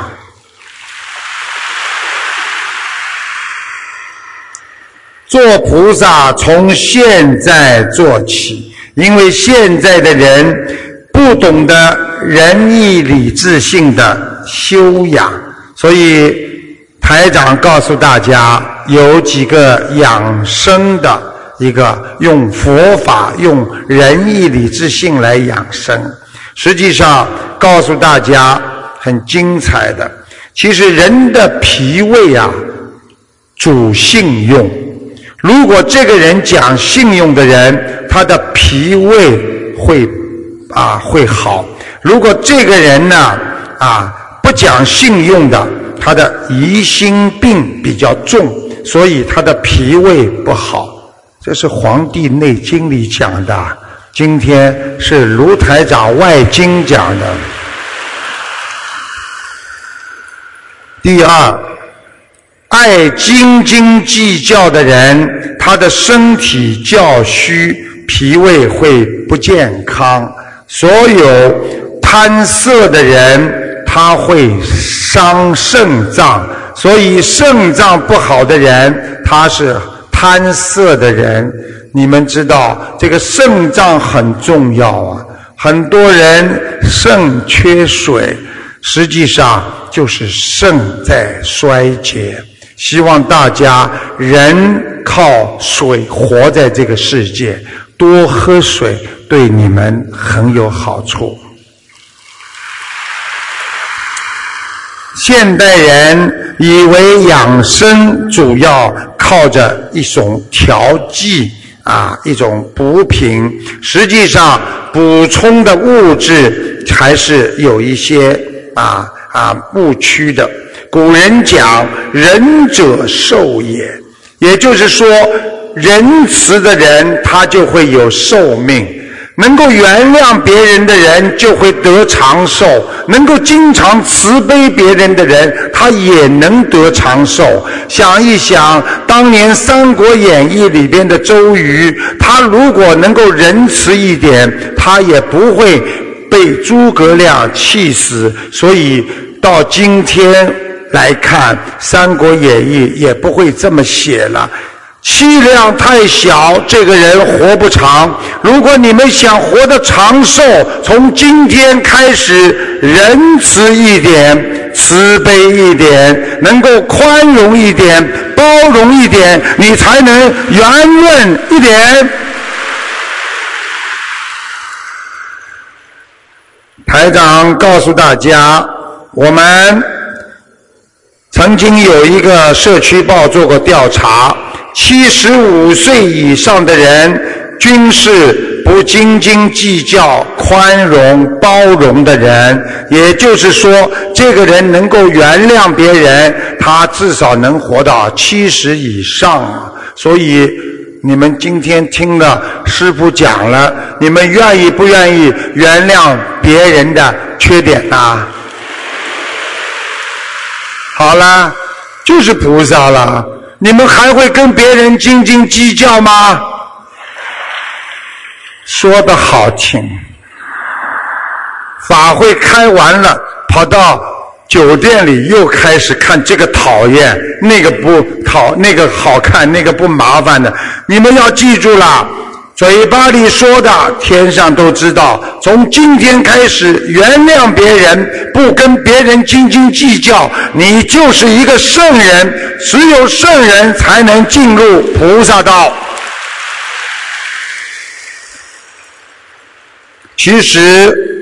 做菩萨从现在做起，因为现在的人不懂得仁义礼智信的修养，所以台长告诉大家有几个养生的一个用佛法用仁义礼智信来养生。实际上告诉大家很精彩的，其实人的脾胃啊主信用，如果这个人讲信用的人，他的脾胃会好。如果这个人呢不讲信用的，他的疑心病比较重，所以他的脾胃不好。这是《黄帝内经》里讲的，今天是卢台长外经讲的。第二，爱斤斤计较的人，他的身体较虚，脾胃会不健康。所有贪色的人，他会伤肾脏，所以肾脏不好的人，他是贪色的人。你们知道这个肾脏很重要啊，很多人肾缺水，实际上就是肾在衰竭。希望大家人靠水活在这个世界，多喝水对你们很有好处。现代人以为养生主要靠着一种调剂一种补品，实际上补充的物质还是有一些误区的。古人讲仁者寿也，也就是说仁慈的人他就会有寿命，能够原谅别人的人就会得长寿，能够经常慈悲别人的人他也能得长寿。想一想当年《三国演义》里边的周瑜，他如果能够仁慈一点，他也不会被诸葛亮气死，所以到今天来看《三国演义》也不会这么写了。气量太小，这个人活不长。如果你们想活得长寿，从今天开始仁慈一点，慈悲一点，能够宽容一点，包容一点，你才能圆润一点。台长告诉大家，我们曾经有一个社区报做过调查，75岁以上的人均是不斤斤计较、宽容、包容的人。也就是说，这个人能够原谅别人，他至少能活到70以上。所以你们今天听了师父讲了，你们愿意不愿意原谅别人的缺点呢？好了，就是菩萨了。你们还会跟别人斤斤计较吗？说得好听，法会开完了，跑到酒店里又开始看这个讨厌，那个不讨，那个好看，那个不麻烦的。你们要记住了，嘴巴里说的天上都知道。从今天开始原谅别人，不跟别人斤斤计较，你就是一个圣人。只有圣人才能进入菩萨道。其实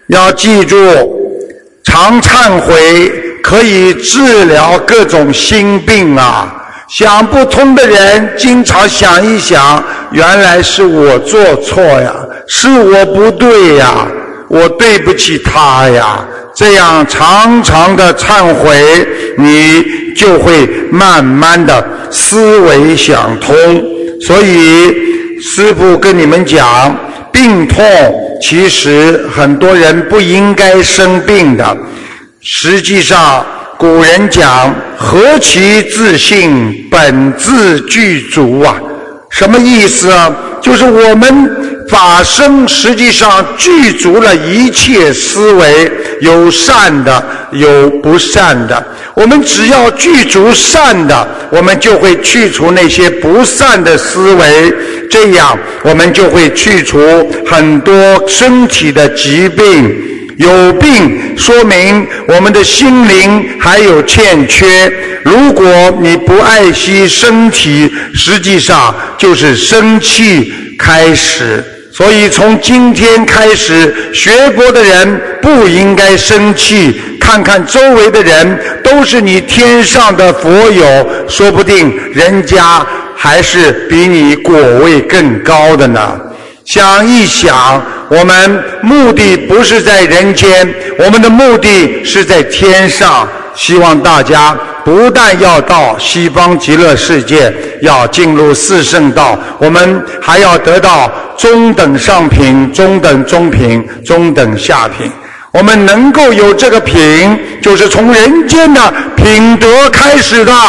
要记住，常忏悔可以治疗各种心病啊。想不通的人经常想一想，原来是我做错呀，是我不对呀，我对不起他呀。这样常常的忏悔，你就会慢慢的思维想通。所以师父跟你们讲，病痛其实很多人不应该生病的。实际上古人讲何其自性，本自具足啊。什么意思啊？就是我们法身实际上具足了一切思维，有善的有不善的，我们只要具足善的，我们就会去除那些不善的思维，这样我们就会去除很多身体的疾病。有病说明我们的心灵还有欠缺，如果你不爱惜身体，实际上就是生气开始。所以从今天开始，学佛的人不应该生气，看看周围的人都是你天上的佛友，说不定人家还是比你果位更高的呢。想一想，我们目的不是在人间，我们的目的是在天上。希望大家不但要到西方极乐世界，要进入四圣道，我们还要得到中等上品、中等中品、中等下品。我们能够有这个品，就是从人间的品德开始的。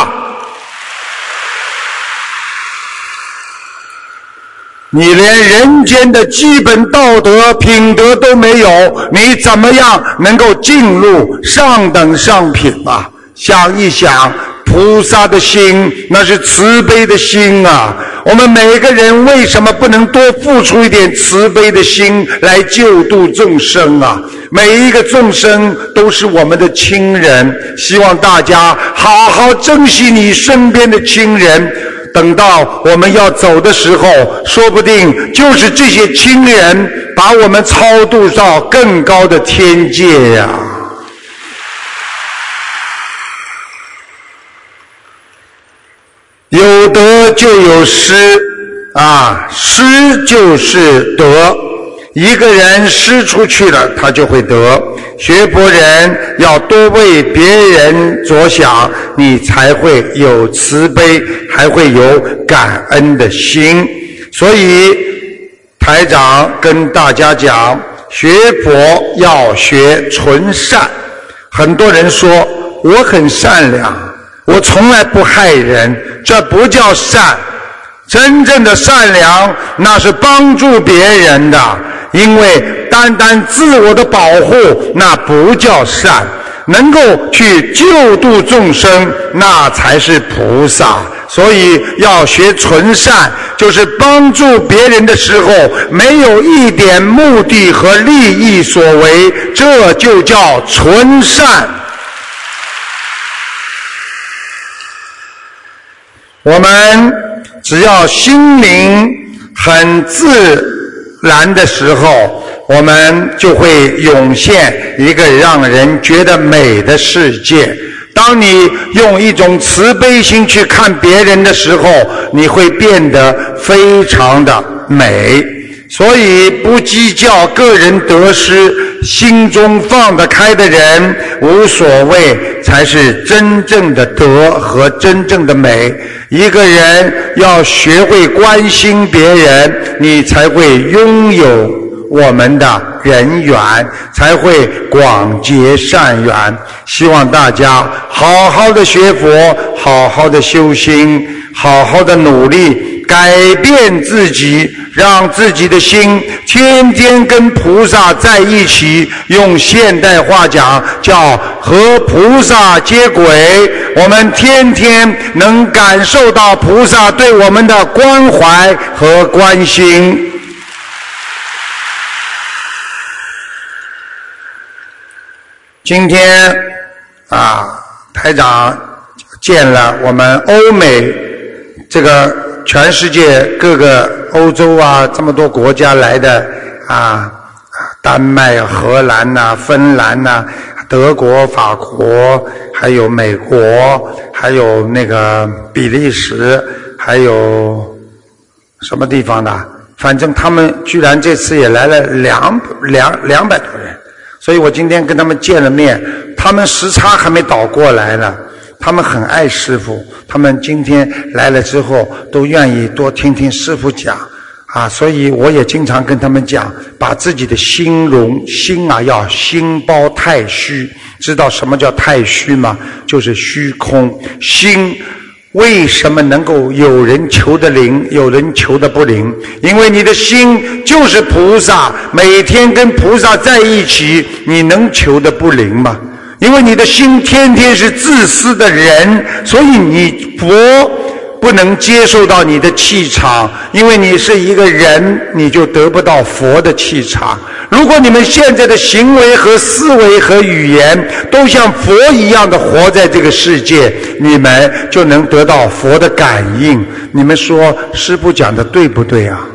你连人间的基本道德品德都没有，你怎么样能够进入上等上品啊？想一想，菩萨的心那是慈悲的心啊，我们每个人为什么不能多付出一点慈悲的心来救度众生啊？每一个众生都是我们的亲人，希望大家好好珍惜你身边的亲人，等到我们要走的时候，说不定就是这些亲人把我们超度到更高的天界呀。有得就有失啊，失就是得。一个人失出去了，他就会得。学佛人要多为别人着想，你才会有慈悲，还会有感恩的心。所以台长跟大家讲，学佛要学纯善。很多人说我很善良，我从来不害人，这不叫善。真正的善良那是帮助别人的，因为单单自我的保护那不叫善，能够去救度众生那才是菩萨。所以要学纯善，就是帮助别人的时候没有一点目的和利益所为，这就叫纯善。我们只要心灵很自然的时候，我们就会涌现一个让人觉得美的世界。当你用一种慈悲心去看别人的时候，你会变得非常的美。所以不计较个人得失，心中放得开的人无所谓，才是真正的德和真正的美。一个人要学会关心别人，你才会拥有我们的人缘，才会广结善缘。希望大家好好的学佛，好好的修心，好好的努力改变自己，让自己的心天天跟菩萨在一起，用现代话讲叫和菩萨接轨。我们天天能感受到菩萨对我们的关怀和关心。今天台长见了我们欧美这个全世界各个欧洲这么多国家来的丹麦、荷兰呐、芬兰呐、德国、法国，还有美国，还有那个比利时，还有什么地方的？反正他们居然这次也来了200多人，所以我今天跟他们见了面，他们时差还没倒过来呢。他们很爱师父，他们今天来了之后都愿意多听听师父讲啊，所以我也经常跟他们讲，把自己的心啊要心包太虚，知道什么叫太虚吗？就是虚空。心为什么能够有人求得灵，有人求得不灵？因为你的心就是菩萨，每天跟菩萨在一起，你能求得不灵吗？因为你的心天天是自私的人，所以你佛不能接受到你的气场，因为你是一个人，你就得不到佛的气场。如果你们现在的行为和思维和语言都像佛一样的活在这个世界，你们就能得到佛的感应。你们说师父讲的对不对啊？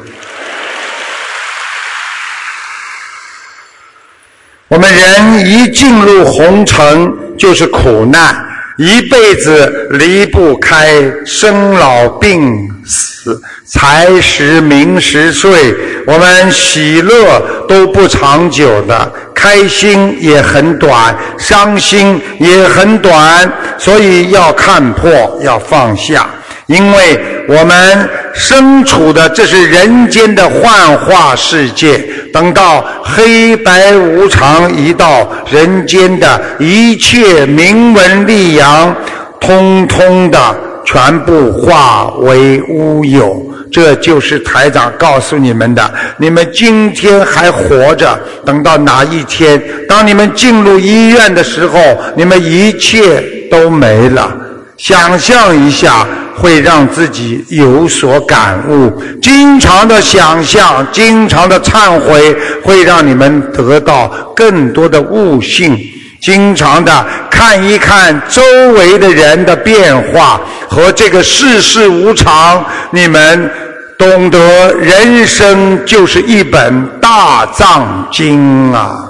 我们人一进入红尘就是苦难，一辈子离不开生老病死、财食名食睡。我们喜乐都不长久的，开心也很短，伤心也很短，所以要看破，要放下。因为我们身处的这是人间的幻化世界，等到黑白无常一到，人间的一切名闻利养通通的全部化为乌有。这就是台长告诉你们的，你们今天还活着，等到哪一天当你们进入医院的时候，你们一切都没了。想象一下，会让自己有所感悟。经常的想象，经常的忏悔，会让你们得到更多的悟性。经常的看一看周围的人的变化和这个世事无常，你们懂得人生就是一本大藏经啊。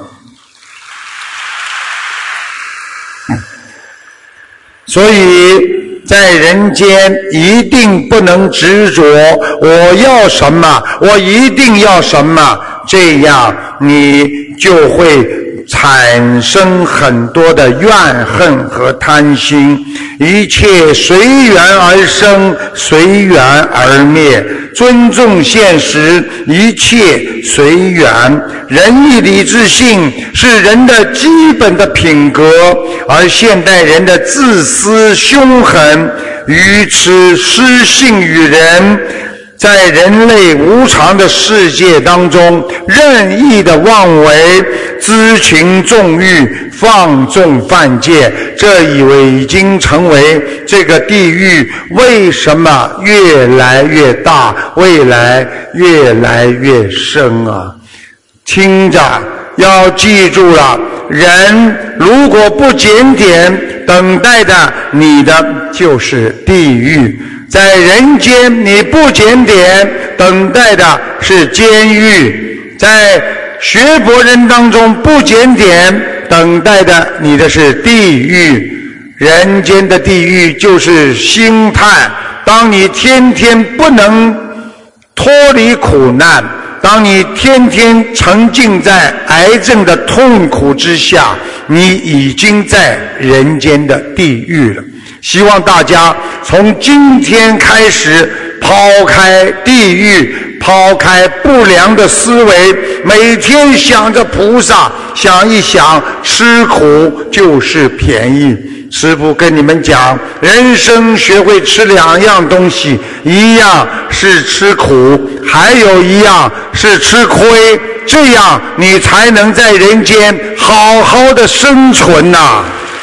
所以在人间一定不能执着，我要什么，我一定要什么，这样你就会产生很多的怨恨和贪心。一切随缘而生，随缘而灭，尊重现实，一切随缘。仁义礼智信是人的基本的品格，而现代人的自私凶狠、愚痴失信于人，在人类无常的世界当中任意的妄为，恣群纵欲，放纵犯戒，这以为已经成为这个地狱为什么越来越大，未来越来越深啊。听着要记住了，人如果不检点，等待的你的就是地狱。在人间你不检点，等待的是监狱。在学佛人当中不检点，等待的你的是地狱。人间的地狱就是心态，当你天天不能脱离苦难，当你天天沉浸在癌症的痛苦之下，你已经在人间的地狱了。希望大家从今天开始抛开地狱，抛开不良的思维，每天想着菩萨，想一想吃苦就是便宜。师父跟你们讲，人生学会吃2样东西，一样是吃苦，还有一样是吃亏，这样你才能在人间好好的生存呐。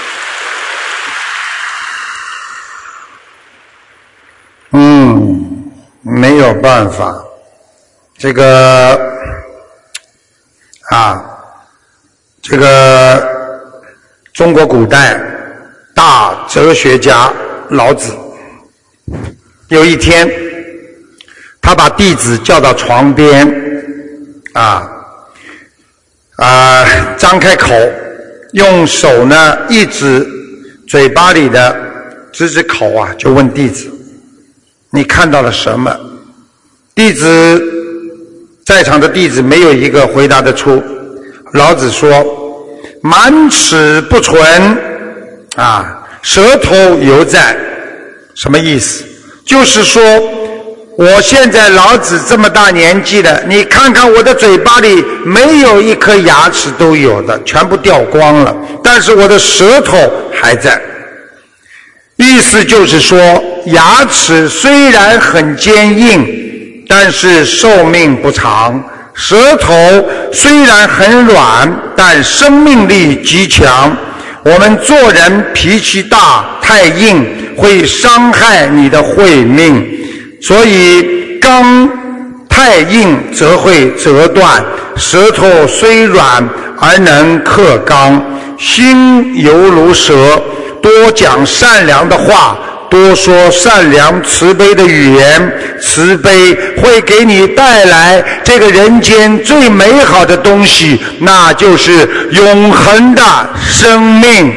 没有办法，这个中国古代大哲学家老子，有一天他把弟子叫到床边张开口，用手呢一指嘴巴里的指口啊，就问弟子：你看到了什么？弟子在场的弟子没有一个回答得出。老子说：满齿不存舌头犹在。什么意思？就是说我现在老子这么大年纪了，你看看我的嘴巴里没有一颗牙齿都有的，全部掉光了，但是我的舌头还在。意思就是说，牙齿虽然很坚硬，但是寿命不长；舌头虽然很软，但生命力极强。我们做人脾气大太硬，会伤害你的慧命，所以钢太硬则会折断，舌头虽软而能克刚。心犹如蛇，多讲善良的话，多说善良慈悲的语言，慈悲会给你带来这个人间最美好的东西，那就是永恒的生命。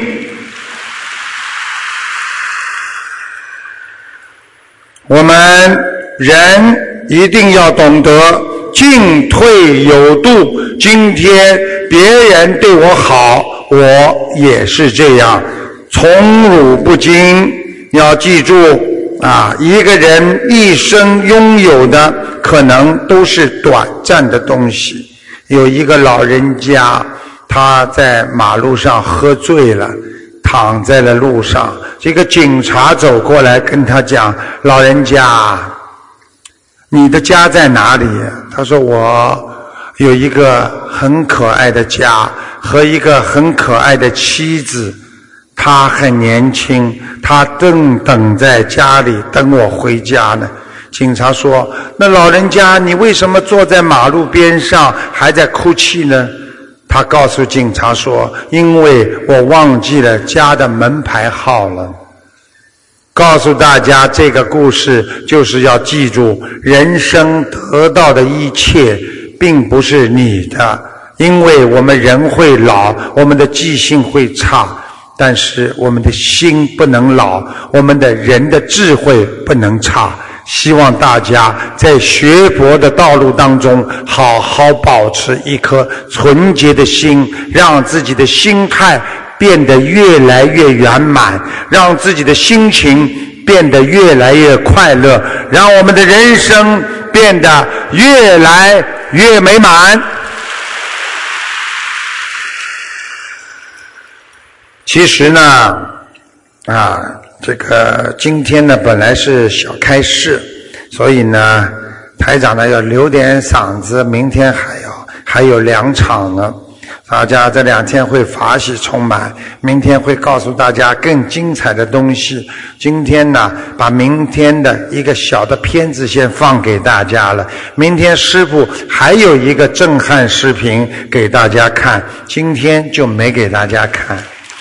我们人一定要懂得进退有度，今天别人对我好，我也是这样，宠辱不惊。要记住一个人一生拥有的可能都是短暂的东西。有一个老人家，他在马路上喝醉了，躺在了路上，这个警察走过来跟他讲：老人家，你的家在哪里？他说：我有一个很可爱的家和一个很可爱的妻子，他很年轻，他正等在家里等我回家呢。警察说：那老人家，你为什么坐在马路边上还在哭泣呢？他告诉警察说：因为我忘记了家的门牌号了。告诉大家，这个故事就是要记住，人生得到的一切并不是你的，因为我们人会老，我们的记性会差，但是我们的心不能老，我们的人的智慧不能差。希望大家在学佛的道路当中好好保持一颗纯洁的心，让自己的心态变得越来越圆满，让自己的心情变得越来越快乐，让我们的人生变得越来越美满。其实呢这个今天呢本来是小开示，所以呢台长呢要留点嗓子，明天还有2场呢，大家这2天会法喜充满，明天会告诉大家更精彩的东西。今天呢把明天的一个小的片子先放给大家了，明天师父还有一个震撼视频给大家看，今天就没给大家看。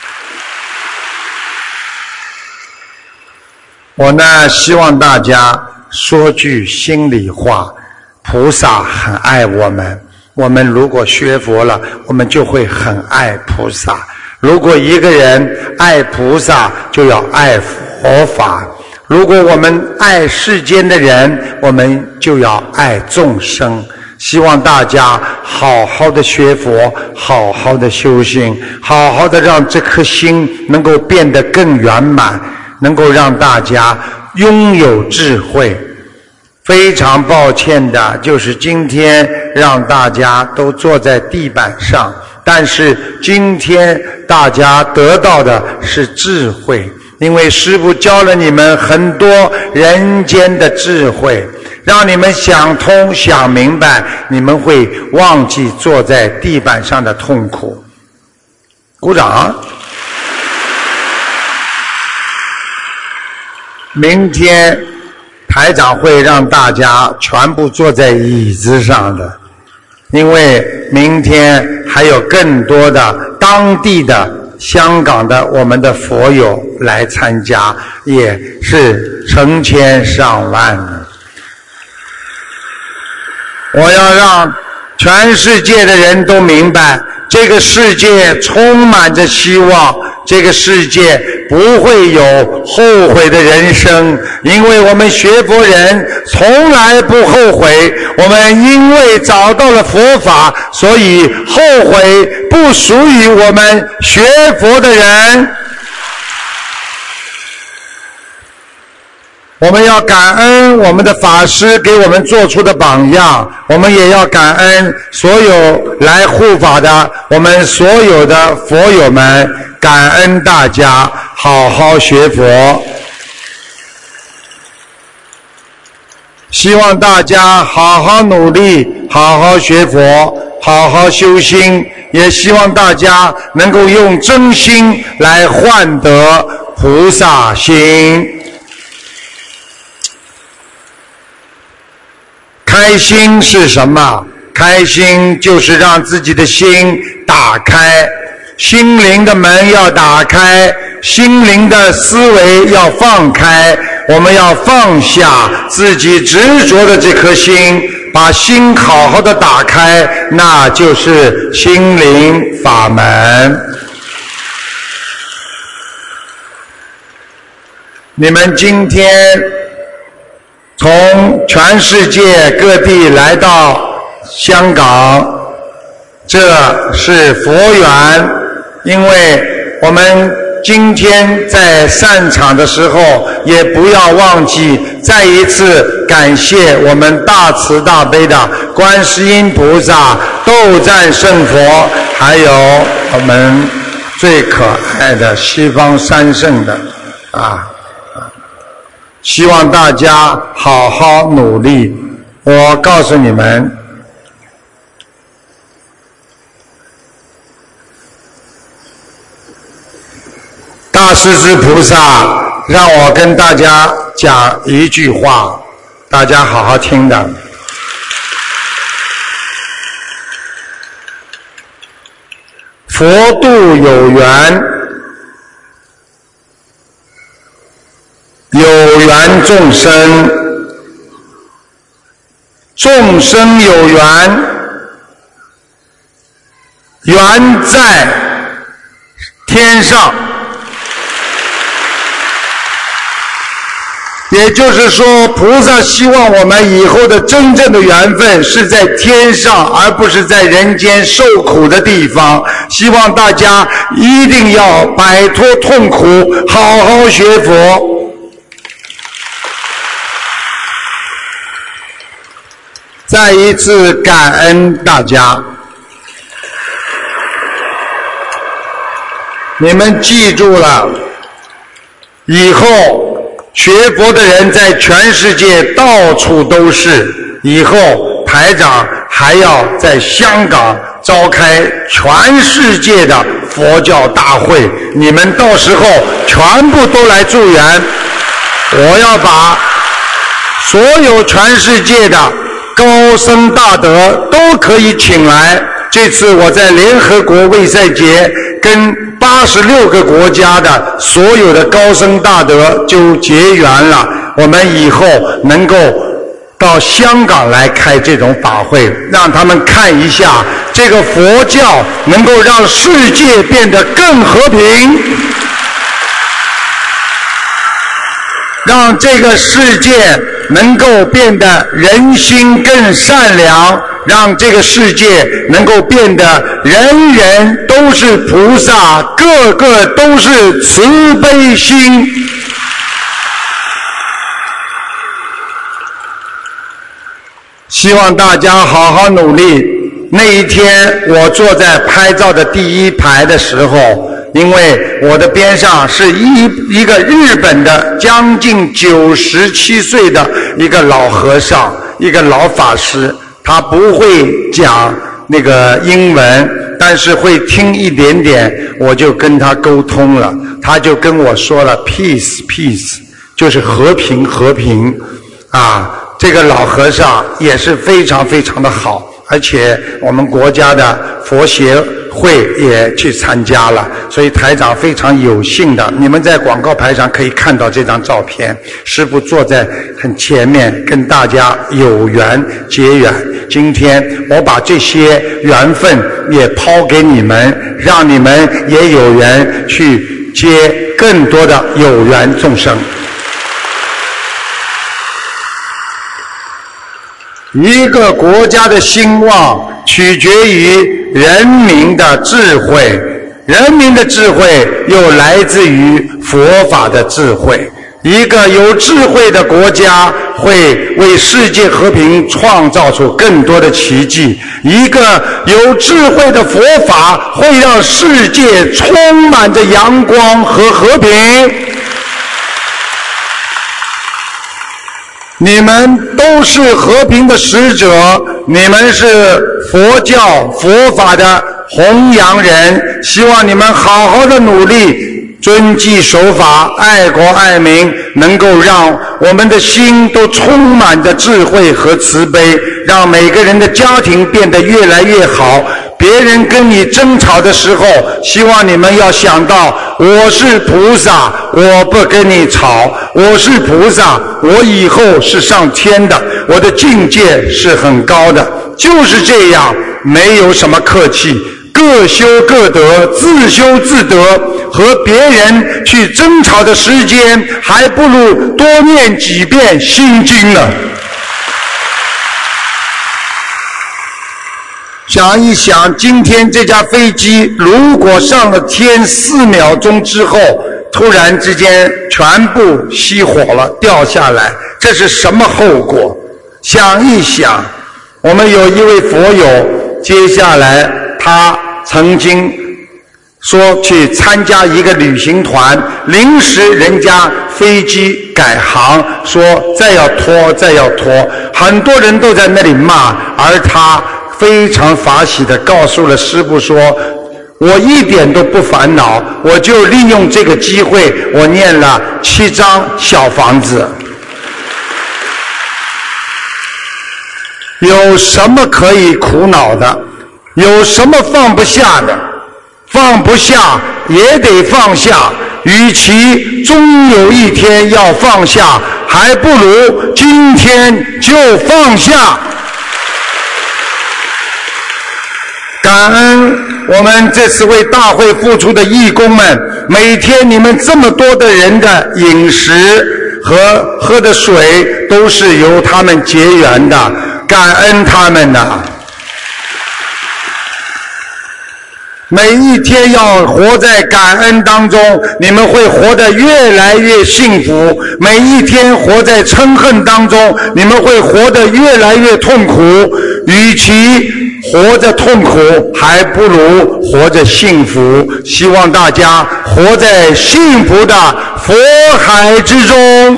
我呢希望大家说句心里话，菩萨很爱我们，我们如果学佛了，我们就会很爱菩萨。如果一个人爱菩萨，就要爱佛法。如果我们爱世间的人，我们就要爱众生。希望大家好好的学佛，好好的修行，好好的让这颗心能够变得更圆满，能够让大家拥有智慧。非常抱歉的就是今天让大家都坐在地板上，但是今天大家得到的是智慧，因为师父教了你们很多人间的智慧，让你们想通想明白，你们会忘记坐在地板上的痛苦。鼓掌。明天台长会让大家全部坐在椅子上的，因为明天还有更多的当地的香港的我们的佛友来参加，也是成千上万的。我要让全世界的人都明白，这个世界充满着希望，这个世界不会有后悔的人生，因为我们学佛人从来不后悔，我们因为找到了佛法，所以后悔不属于我们学佛的人。我们要感恩我们的法师给我们做出的榜样，我们也要感恩所有来护法的我们所有的佛友们，感恩大家好好学佛。希望大家好好努力，好好学佛，好好修心，也希望大家能够用真心来换得菩萨心。开心是什么？开心就是让自己的心打开，心灵的门要打开，心灵的思维要放开，我们要放下自己执着的这颗心，把心好好的打开，那就是心灵法门。你们今天从全世界各地来到香港，这是佛缘，因为我们今天在散场的时候，也不要忘记再一次感谢我们大慈大悲的观世音菩萨、斗战胜佛，还有我们最可爱的西方三圣的希望大家好好努力。我告诉你们，大势至菩萨让我跟大家讲一句话，大家好好听的。佛度有缘，有缘众生，众生有缘，缘在天上。也就是说，菩萨希望我们以后的真正的缘分是在天上，而不是在人间受苦的地方。希望大家一定要摆脱痛苦，好好学佛。再一次感恩大家，你们记住了，以后学佛的人在全世界到处都是，以后台长还要在香港召开全世界的佛教大会，你们到时候全部都来助缘。我要把所有全世界的高僧大德都可以请来。这次我在联合国卫赛节跟86个国家的所有的高僧大德就结缘了，我们以后能够到香港来开这种法会，让他们看一下这个佛教能够让世界变得更和平，让这个世界能够变得人心更善良，让这个世界能够变得人人都是菩萨，个个都是慈悲心。希望大家好好努力。那一天我坐在拍照的第一排的时候，因为我的边上是一个日本的将近97岁的一个老和尚，一个老法师，他不会讲那个英文，但是会听一点点，我就跟他沟通了，他就跟我说了 peace peace， 就是和平和平啊。这个老和尚也是非常非常的好， 而且我们国家的佛协会也去参加了，所以台长非常有幸的，你们在广告牌上可以看到这张照片，师父坐在很前面跟大家有缘结缘。今天我把这些缘分也抛给你们，让你们也有缘去接更多的有缘众生。一个国家的兴旺取决于人民的智慧，人民的智慧又来自于佛法的智慧。一个有智慧的国家会为世界和平创造出更多的奇迹，一个有智慧的佛法会让世界充满着阳光和和平。你们都是和平的使者，你们是佛教佛法的弘扬人，希望你们好好的努力，遵纪守法，爱国爱民，能够让我们的心都充满着智慧和慈悲，让每个人的家庭变得越来越好。别人跟你争吵的时候，希望你们要想到，我是菩萨，我不跟你吵，我是菩萨，我以后是上天的，我的境界是很高的。就是这样，没有什么客气，各修各得，自修自得。和别人去争吵的时间，还不如多念几遍心经呢。想一想，今天这架飞机如果上了天4秒钟之后，突然之间全部熄火了，掉下来，这是什么后果？想一想，我们有一位佛友，接下来他曾经说去参加一个旅行团，临时人家飞机改航，说再要拖，很多人都在那里骂，而他非常法喜地告诉了师父说，我一点都不烦恼，我就利用这个机会，我念了7张小房子。有什么可以苦恼的？有什么放不下的？放不下也得放下，与其终有一天要放下，还不如今天就放下。感恩我们这次为大会付出的义工们，每天你们这么多的人的饮食和喝的水都是由他们结缘的，感恩他们呐。每一天要活在感恩当中，你们会活得越来越幸福。每一天活在嗔恨当中，你们会活得越来越痛苦。与其活着痛苦，还不如活着幸福。希望大家活在幸福的佛海之中。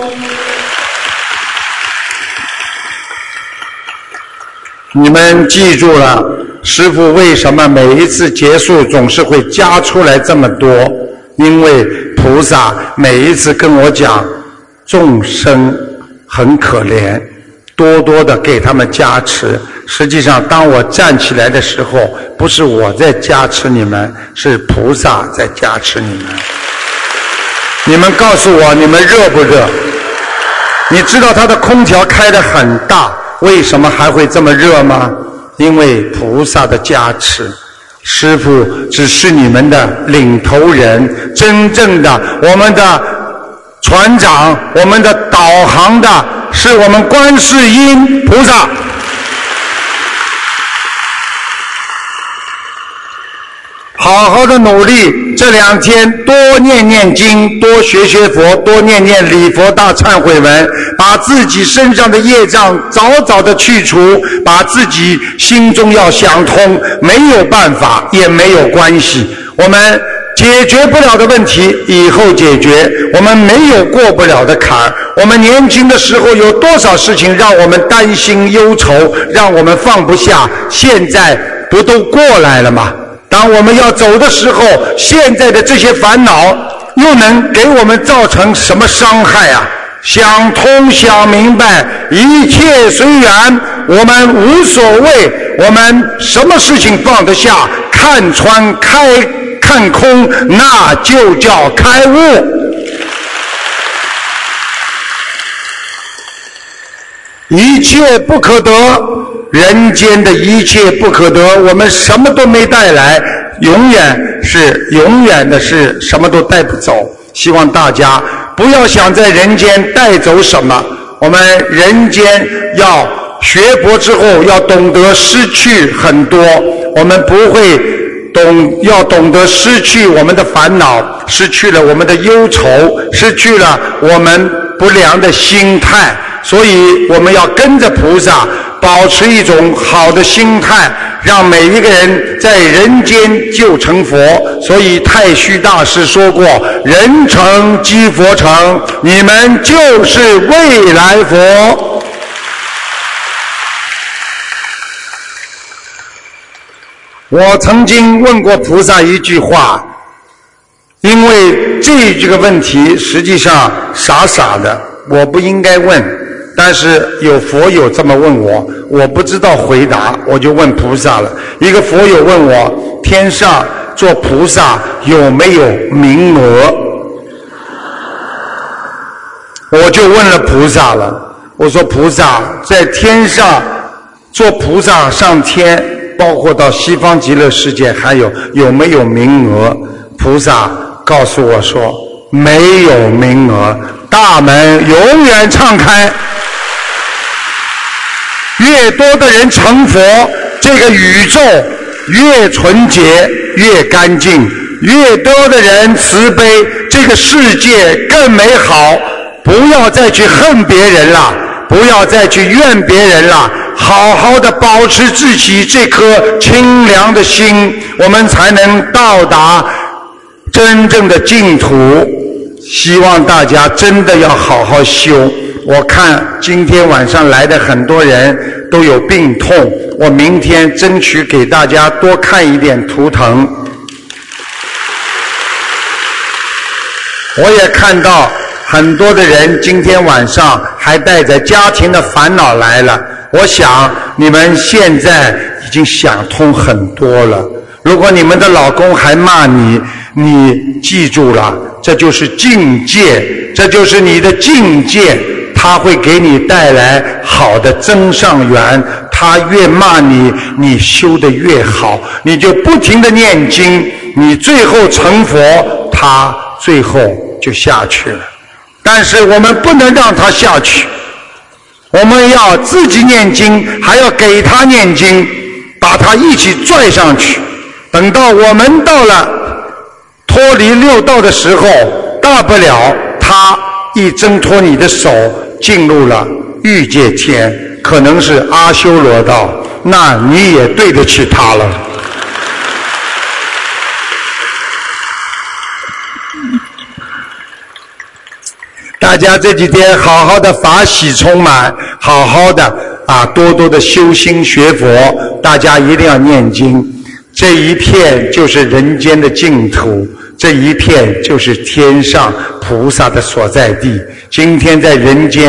你们记住了，师父为什么每一次结束总是会加出来这么多？因为菩萨每一次跟我讲，众生很可怜，多多的给他们加持。实际上当我站起来的时候，不是我在加持你们，是菩萨在加持你们。你们告诉我，你们热不热？你知道它的空调开得很大，为什么还会这么热吗？因为菩萨的加持。师父只是你们的领头人，真正的我们的船长，我们的导航的是我们观世音菩萨。好好的努力，这2天多念念经，多学学佛，多念念礼佛大忏悔文，把自己身上的业障早早的去除，把自己心中要想通，没有办法也没有关系，我们解决不了的问题以后解决，我们没有过不了的坎儿。我们年轻的时候有多少事情让我们担心忧愁，让我们放不下，现在不都过来了吗？当我们要走的时候，现在的这些烦恼又能给我们造成什么伤害啊？ 想通想明白，一切随缘，我们无所谓，我们什么事情放得下，看穿看空，那就叫开悟。一切不可得，人间的一切不可得，我们什么都没带来，永远的是什么都带不走。希望大家不要想在人间带走什么，我们人间要学佛之后要懂得失去很多，我们不会要懂得失去我们的烦恼，失去了我们的忧愁，失去了我们不良的心态，所以我们要跟着菩萨保持一种好的心态，让每一个人在人间就成佛。所以太虚大师说过，人成即佛成，你们就是未来佛。我曾经问过菩萨一句话，因为这个问题实际上傻傻的，我不应该问，但是有佛友这么问我，我不知道回答，我就问菩萨了。一个佛友问我，天上做菩萨有没有名额？我就问了菩萨了，我说菩萨，在天上做菩萨上天，包括到西方极乐世界，还有没有名额？菩萨告诉我说没有名额，大门永远敞开。越多的人成佛，这个宇宙越纯洁越干净，越多的人慈悲，这个世界更美好。不要再去恨别人了，不要再去怨别人了，好好的保持自己这颗清凉的心，我们才能到达真正的净土。希望大家真的要好好修。我看今天晚上来的很多人都有病痛，我明天争取给大家多看一点图腾。我也看到很多的人今天晚上还带着家庭的烦恼来了，我想你们现在已经想通很多了。如果你们的老公还骂你，你记住了，这就是境界，这就是你的境界，他会给你带来好的增上缘。他越骂你，你修得越好，你就不停地念经，你最后成佛，他最后就下去了。但是我们不能让他下去，我们要自己念经，还要给他念经，把他一起拽上去。等到我们到了脱离六道的时候，大不了他一挣脱你的手，进入了欲界天，可能是阿修罗道，那你也对得起他了。大家这几天好好的法喜充满，好好的多多的修心学佛，大家一定要念经。这一片就是人间的净土，这一片就是天上菩萨的所在地。今天在人间